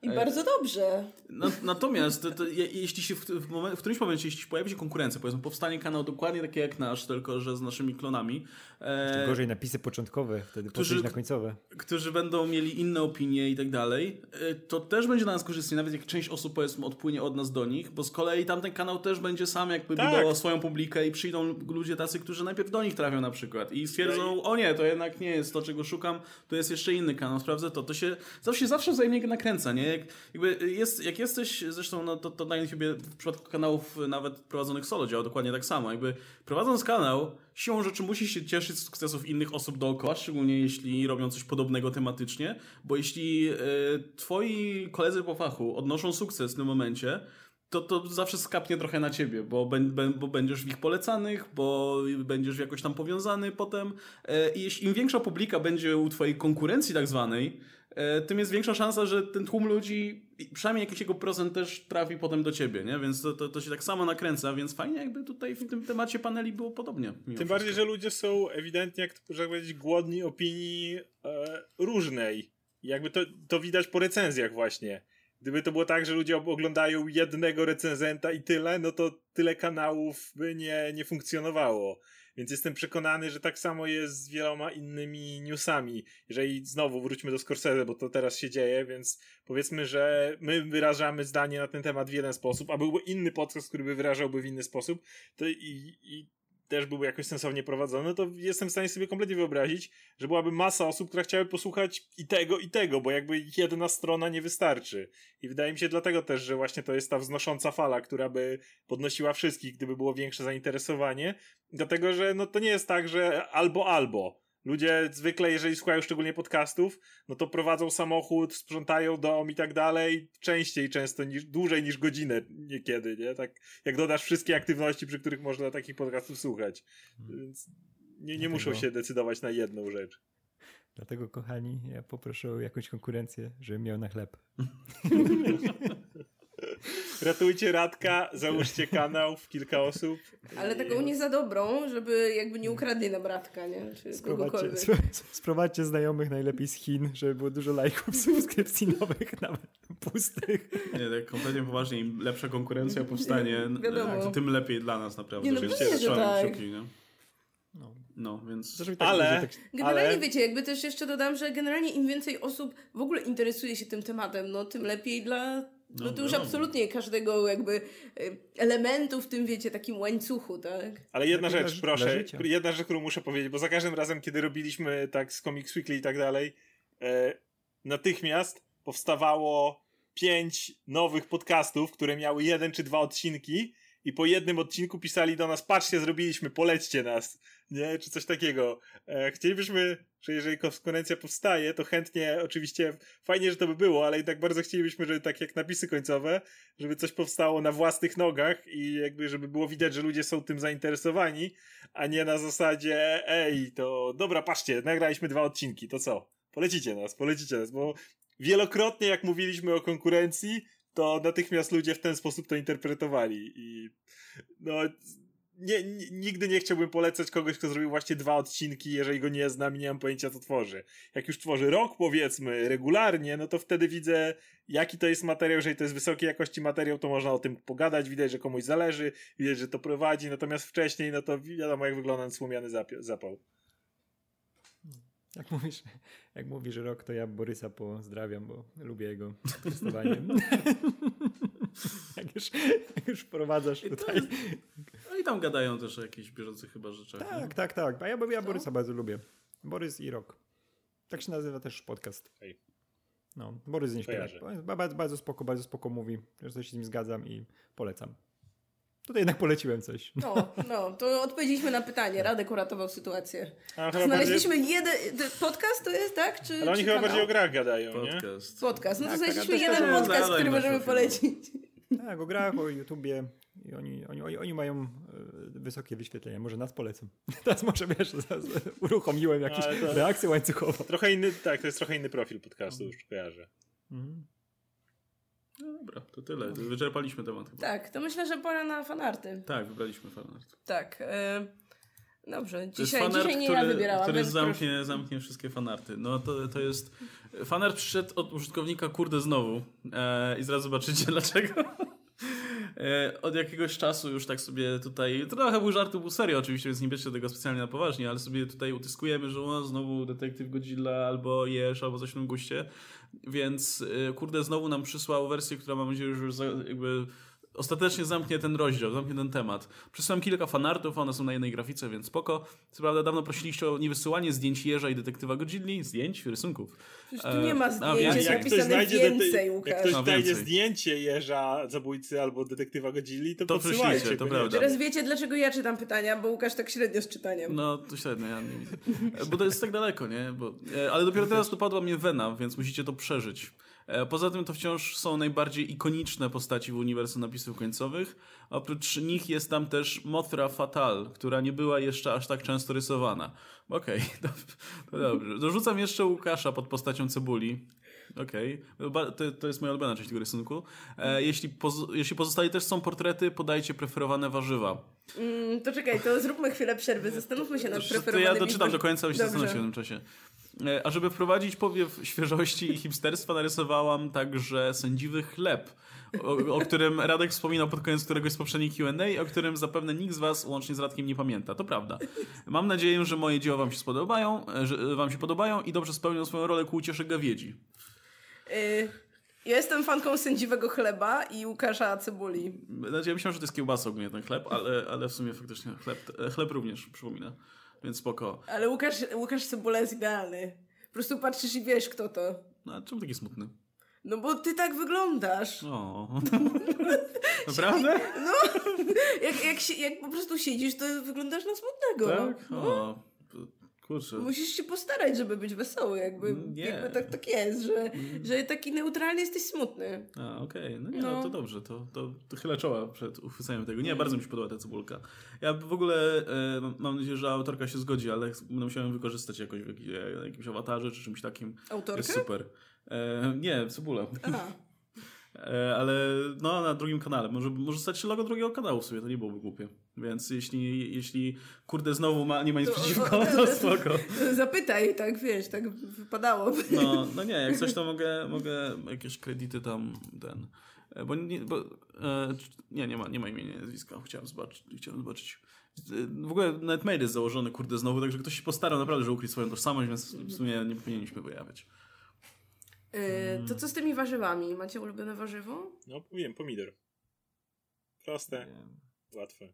I bardzo dobrze. Natomiast jeśli się w którymś momencie, jeśli pojawi się konkurencja, powiedzmy powstanie kanał dokładnie taki jak nasz, tylko że z naszymi klonami. Jeszcze gorzej napisy początkowe, wtedy podejść na końcowe. Którzy będą mieli inne opinie i tak dalej, to też będzie dla nas korzystnie, nawet jak część osób powiedzmy odpłynie od nas do nich, bo z kolei tamten kanał też będzie sam jakby budował swoją publikę i przyjdą ludzie tacy, którzy najpierw do nich trafią na przykład i stwierdzą, o nie, to jednak nie jest to, czego szukam, to jest jeszcze inny kanał, sprawdzę to się zawsze wzajemnie nakręca, nie? Jak jesteś, zresztą no, to na YouTubie w przypadku kanałów nawet prowadzonych solo działa dokładnie tak samo. Jakby prowadząc kanał, siłą rzeczy musisz się cieszyć z sukcesów innych osób dookoła, szczególnie jeśli robią coś podobnego tematycznie, bo jeśli twoi koledzy po fachu odnoszą sukces w tym momencie, to zawsze skapnie trochę na ciebie, bo będziesz w ich polecanych, bo będziesz jakoś tam powiązany potem i im większa publika będzie u twojej konkurencji tak zwanej, tym jest większa szansa, że ten tłum ludzi, przynajmniej jakiś jego procent też trafi potem do ciebie, nie? Więc to się tak samo nakręca, więc fajnie jakby tutaj w tym temacie paneli było podobnie. Tym bardziej, że ludzie są ewidentnie, jak to powiedzieć, głodni opinii różnej. I jakby to widać po recenzjach właśnie. Gdyby to było tak, że ludzie oglądają jednego recenzenta i tyle, no to tyle kanałów by nie funkcjonowało. Więc jestem przekonany, że tak samo jest z wieloma innymi newsami. Jeżeli znowu wróćmy do Scorsese, bo to teraz się dzieje, więc powiedzmy, że my wyrażamy zdanie na ten temat w jeden sposób, a byłby inny podcast, który by wyrażałby w inny sposób, to i też byłby jakoś sensownie prowadzony, to jestem w stanie sobie kompletnie wyobrazić, że byłaby masa osób, która chciałaby posłuchać i tego, bo jakby jedna strona nie wystarczy. I wydaje mi się dlatego też, że właśnie to jest ta wznosząca fala, która by podnosiła wszystkich, gdyby było większe zainteresowanie. Dlatego, że no to nie jest tak, że albo. Ludzie zwykle, jeżeli słuchają szczególnie podcastów, no to prowadzą samochód, sprzątają dom i tak dalej, często, dłużej niż godzinę niekiedy, nie? Tak jak dodasz wszystkie aktywności, przy których można takich podcastów słuchać. Więc nie muszą się decydować na jedną rzecz. Dlatego, kochani, ja poproszę o jakąś konkurencję, żebym miał na chleb. Ratujcie Radka, załóżcie kanał w kilka osób. Ale taką nie za dobrą, żeby jakby nie ukradli nam Radka, nie? Czy Sprowadźcie znajomych najlepiej z Chin, żeby było dużo lajków, subskrypcji nowych, nawet pustych. Nie, tak kompletnie poważnie, im lepsza konkurencja powstanie, to tym lepiej dla nas naprawdę. Nie, no pewnie, że tak. Kciuki, nie? No, więc... Generalnie wiecie, jakby też jeszcze dodam, że generalnie im więcej osób w ogóle interesuje się tym tematem, no tym lepiej dla... No to już absolutnie każdego jakby elementu w tym, wiecie, takim łańcuchu, tak? Ale jedna rzecz, proszę, jedna rzecz, którą muszę powiedzieć, bo za każdym razem, kiedy robiliśmy tak z Comics Weekly i tak dalej, natychmiast powstawało 5 nowych podcastów, które miały 1 czy 2 odcinki i po jednym odcinku pisali do nas, patrzcie, zrobiliśmy, polećcie nas, nie? Czy coś takiego. Chcielibyśmy, że jeżeli konkurencja powstaje, to chętnie, oczywiście fajnie, że to by było, ale jednak bardzo chcielibyśmy, żeby tak jak napisy końcowe, żeby coś powstało na własnych nogach i jakby, żeby było widać, że ludzie są tym zainteresowani, a nie na zasadzie, to dobra, patrzcie, nagraliśmy 2 odcinki, to co? Polecicie nas, bo wielokrotnie jak mówiliśmy o konkurencji, to natychmiast ludzie w ten sposób to interpretowali i no nigdy nie chciałbym polecać kogoś, kto zrobił właśnie 2 odcinki, jeżeli go nie znam i nie mam pojęcia, co tworzy. Jak już tworzy rok, powiedzmy, regularnie, no to wtedy widzę, jaki to jest materiał. Jeżeli to jest wysokiej jakości materiał, to można o tym pogadać, widać, że komuś zależy, widać, że to prowadzi, natomiast wcześniej, no to wiadomo, jak wygląda słomiany zapał. Jak mówisz rok, to ja Borysa pozdrawiam, bo lubię jego testowanie. jak już wprowadzasz tutaj. No i tam gadają też o jakichś bieżących chyba rzeczach. Tak. A ja Borysa bardzo lubię. Borys i Rok. Tak się nazywa też podcast. Hej. No, Borys nie śpiewa. Bardzo spoko mówi. Że się z nim zgadzam i polecam. Tutaj jednak poleciłem coś. No, to odpowiedzieliśmy na pytanie. Radek uratował sytuację. Znaleźliśmy jeden podcast, to jest, tak? Czy, ale oni chyba kanał? bardziej o grach gadają, Podcast. No to znaleźliśmy jeden podcast, który możemy polecić. Tak, o grach, o YouTubie. I oni mają wysokie wyświetlenia. Może nas polecą. Teraz może, wiesz, uruchomiłem jakąś reakcję łańcuchową. Trochę inny, tak, to jest trochę inny profil podcastu, już kojarzę. No dobra, to tyle. Wyczerpaliśmy temat chyba. Tak, to myślę, że pora na fanarty. Tak, wybraliśmy fanart. Tak. Dobrze, To jest dzisiaj fanart, nie ja wybierałam. który więc zamknie wszystkie fanarty. No to jest... Fanart przyszedł od użytkownika kurde znowu. I zaraz zobaczycie dlaczego. Od jakiegoś czasu już tak sobie tutaj... To trochę był żart, to był serio oczywiście, więc nie bierzcie tego specjalnie na poważnie, ale sobie tutaj utyskujemy, że znowu Detektyw Godzilla albo Jeż, albo coś w tym guście. Więc kurde znowu nam przysłał wersję, która mam nadzieję, że już jakby... ostatecznie zamknie ten rozdział, zamknie ten temat. Przysłałem kilka fanartów, one są na jednej grafice, więc spoko. Co prawda dawno prosiliście o niewysyłanie zdjęć Jeża i Detektywa Godzilli, zdjęć, rysunków. Przecież tu nie ma zdjęć, jest jak ktoś napisane znajdzie więcej, Łukasz. Jak ktoś znajdzie więcej. zdjęcie Jeża, zabójcy albo Detektywa Godzilli, to podsyłajcie. przyślijcie, to prawda. Teraz wiecie, dlaczego ja czytam pytania, bo Łukasz tak średnio z czytaniem. No, to średnio, ja nie widzę. Bo to jest tak daleko, nie? Ale dopiero teraz dopadła mnie wena, więc musicie to przeżyć. Poza tym to wciąż są najbardziej ikoniczne postaci w uniwersum napisów końcowych. Oprócz nich jest tam też Mothra Fatal, która nie była jeszcze aż tak często rysowana. Okej, to dobrze. Dorzucam jeszcze Łukasza pod postacią Cebuli. Okej. To jest moja ulubiona część tego rysunku. Jeśli pozostali też są portrety, podajcie preferowane warzywa. To czekaj, to zróbmy chwilę przerwy. Zastanówmy się nad preferowanymi... To ja doczytam do końca, bo się Dobrze. zastanowię w tym czasie. A żeby wprowadzić powiew świeżości i hipsterstwa, narysowałam także sędziwy chleb, o którym Radek wspominał pod koniec któregoś z poprzednich Q&A, o którym zapewne nikt z was, łącznie z Radkiem, nie pamięta. To prawda. Mam nadzieję, że moje dzieła wam się podobają i dobrze spełnią swoją rolę ku uciesze gawiedzi. Ja jestem fanką sędziwego chleba i Łukasza Cebuli. Znaczy, ja myślałem, że to jest kiełbasa ogólnie ten chleb, ale w sumie faktycznie chleb również przypomina. Więc spoko. Ale Łukasz Cebula jest idealny. Po prostu patrzysz i wiesz, kto to. No, a czemu taki smutny? No bo ty tak wyglądasz. O. Naprawdę? No, jak po prostu siedzisz, to wyglądasz na smutnego. Tak? O, kurczę. Musisz się postarać, żeby być wesoły. Jakby tak jest, że taki neutralny jesteś smutny. A, okej. No to dobrze. To chylę czoła przed uchwyceniem tego. Nie, bardzo mi się podoba ta cebulka. Ja w ogóle mam nadzieję, że autorka się zgodzi, ale będę musiał ją wykorzystać jakoś w jakimś awatarze czy czymś takim. Autorkę? Jest super. Nie, cebulę. Ale na drugim kanale. Może stać się logo drugiego kanału w sobie, to nie byłoby głupie. Więc jeśli kurde znowu nie ma nic przeciwko, to spoko. Zapytaj, tak wiesz, tak wypadało. No nie, jak coś to mogę jakieś kredyty tam nie ma imienia, nazwiska. Chciałem zobaczyć. W ogóle nawet mail jest założony kurde znowu, także ktoś się postarał naprawdę, żeby ukryć swoją tożsamość, więc w sumie nie powinieneśmy wyjawiać. To co z tymi warzywami? Macie ulubione warzywo? No, wiem, pomidor. Proste, łatwe.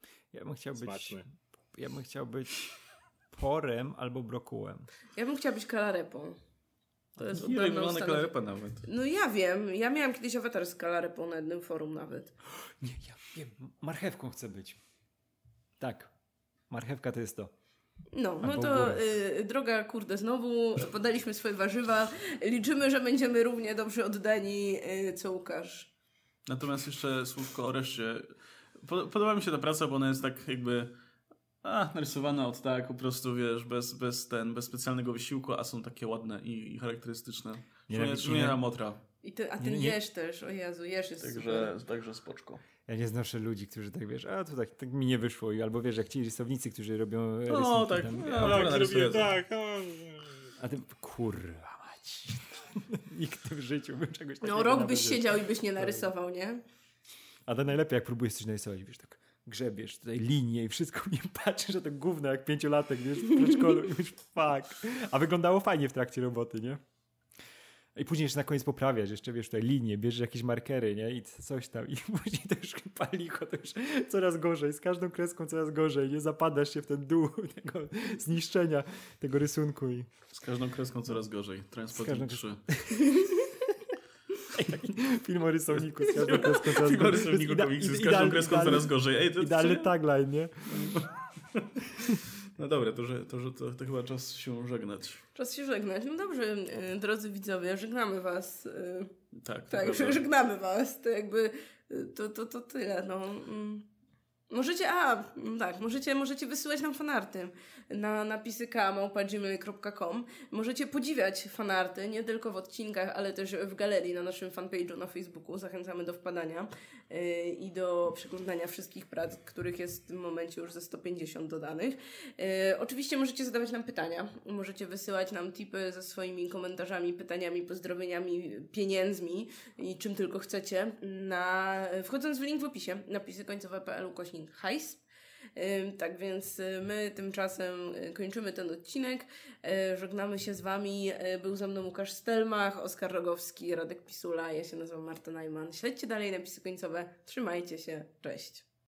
Ja bym chciał być porem albo brokułem. Ja bym chciała być kalarepą. To jest nie wygląda kalarepa nawet. No ja wiem. Ja miałam kiedyś awatar z kalarepą na jednym forum nawet. Nie, ja wiem. Marchewką chcę być. Tak. Marchewka to jest to. No to droga kurde znowu, podaliśmy swoje warzywa. Liczymy, że będziemy równie dobrze oddani co Łukasz. Natomiast jeszcze słówko o reszcie. Podoba mi się ta praca, bo ona jest tak jakby narysowana od tak po prostu, wiesz, bez specjalnego wysiłku, a są takie ładne i charakterystyczne. Przypomina Mothra. A ten Jeż też, o Jezu, Jeż jest super. Także spoczko. Ja nie znoszę ludzi, którzy tak wiesz, to tak mi nie wyszło, albo wiesz, jak ci rysownicy, którzy robią rysunki. No tak, tak. A ty, kurwa mać. Nigdy w życiu bym czegoś takiego... No rok byś siedział i byś nie narysował, nie? A to najlepiej, jak próbujesz coś narysować, wiesz, tak grzebiesz tutaj linie i wszystko nie patrzysz, że to gówno jak 5-latek, wiesz, w przedszkolu i już fuck. A wyglądało fajnie w trakcie roboty, nie? I później jeszcze na koniec poprawiasz, jeszcze wiesz, tutaj linie, bierzesz jakieś markery, nie? I coś tam. I później to już palicho, to już coraz gorzej. Z każdą kreską coraz gorzej, nie? Zapadasz się w ten dół tego zniszczenia tego rysunku. Z każdą kreską coraz gorzej. Transport 3. Film o rysowniku z każdą kreską coraz gorzej. Film o rysowniku komiksy z każdą kreską coraz gorzej. Idealny tagline, nie? No dobra, to chyba czas się żegnać. Czas się żegnać. No dobrze, drodzy widzowie, żegnamy was. Tak, żegnamy was. To jakby to tyle. No. Możecie wysyłać nam fanarty na napisy k@gmail.com. Możecie podziwiać fanarty, nie tylko w odcinkach, ale też w galerii na naszym fanpage'u na Facebooku. Zachęcamy do wpadania i do przeglądania wszystkich prac, których jest w tym momencie już ze 150 dodanych. Oczywiście możecie zadawać nam pytania. Możecie wysyłać nam tipy ze swoimi komentarzami, pytaniami, pozdrowieniami, pieniędzmi i czym tylko chcecie, wchodząc w link w opisie, napisy końcowe.pl/hajs. Tak więc my tymczasem kończymy ten odcinek. Żegnamy się z wami. Był ze mną Łukasz Stelmach, Oskar Rogowski, Radek Pisula. Ja się nazywam Marta Najman. Śledźcie dalej napisy końcowe. Trzymajcie się. Cześć.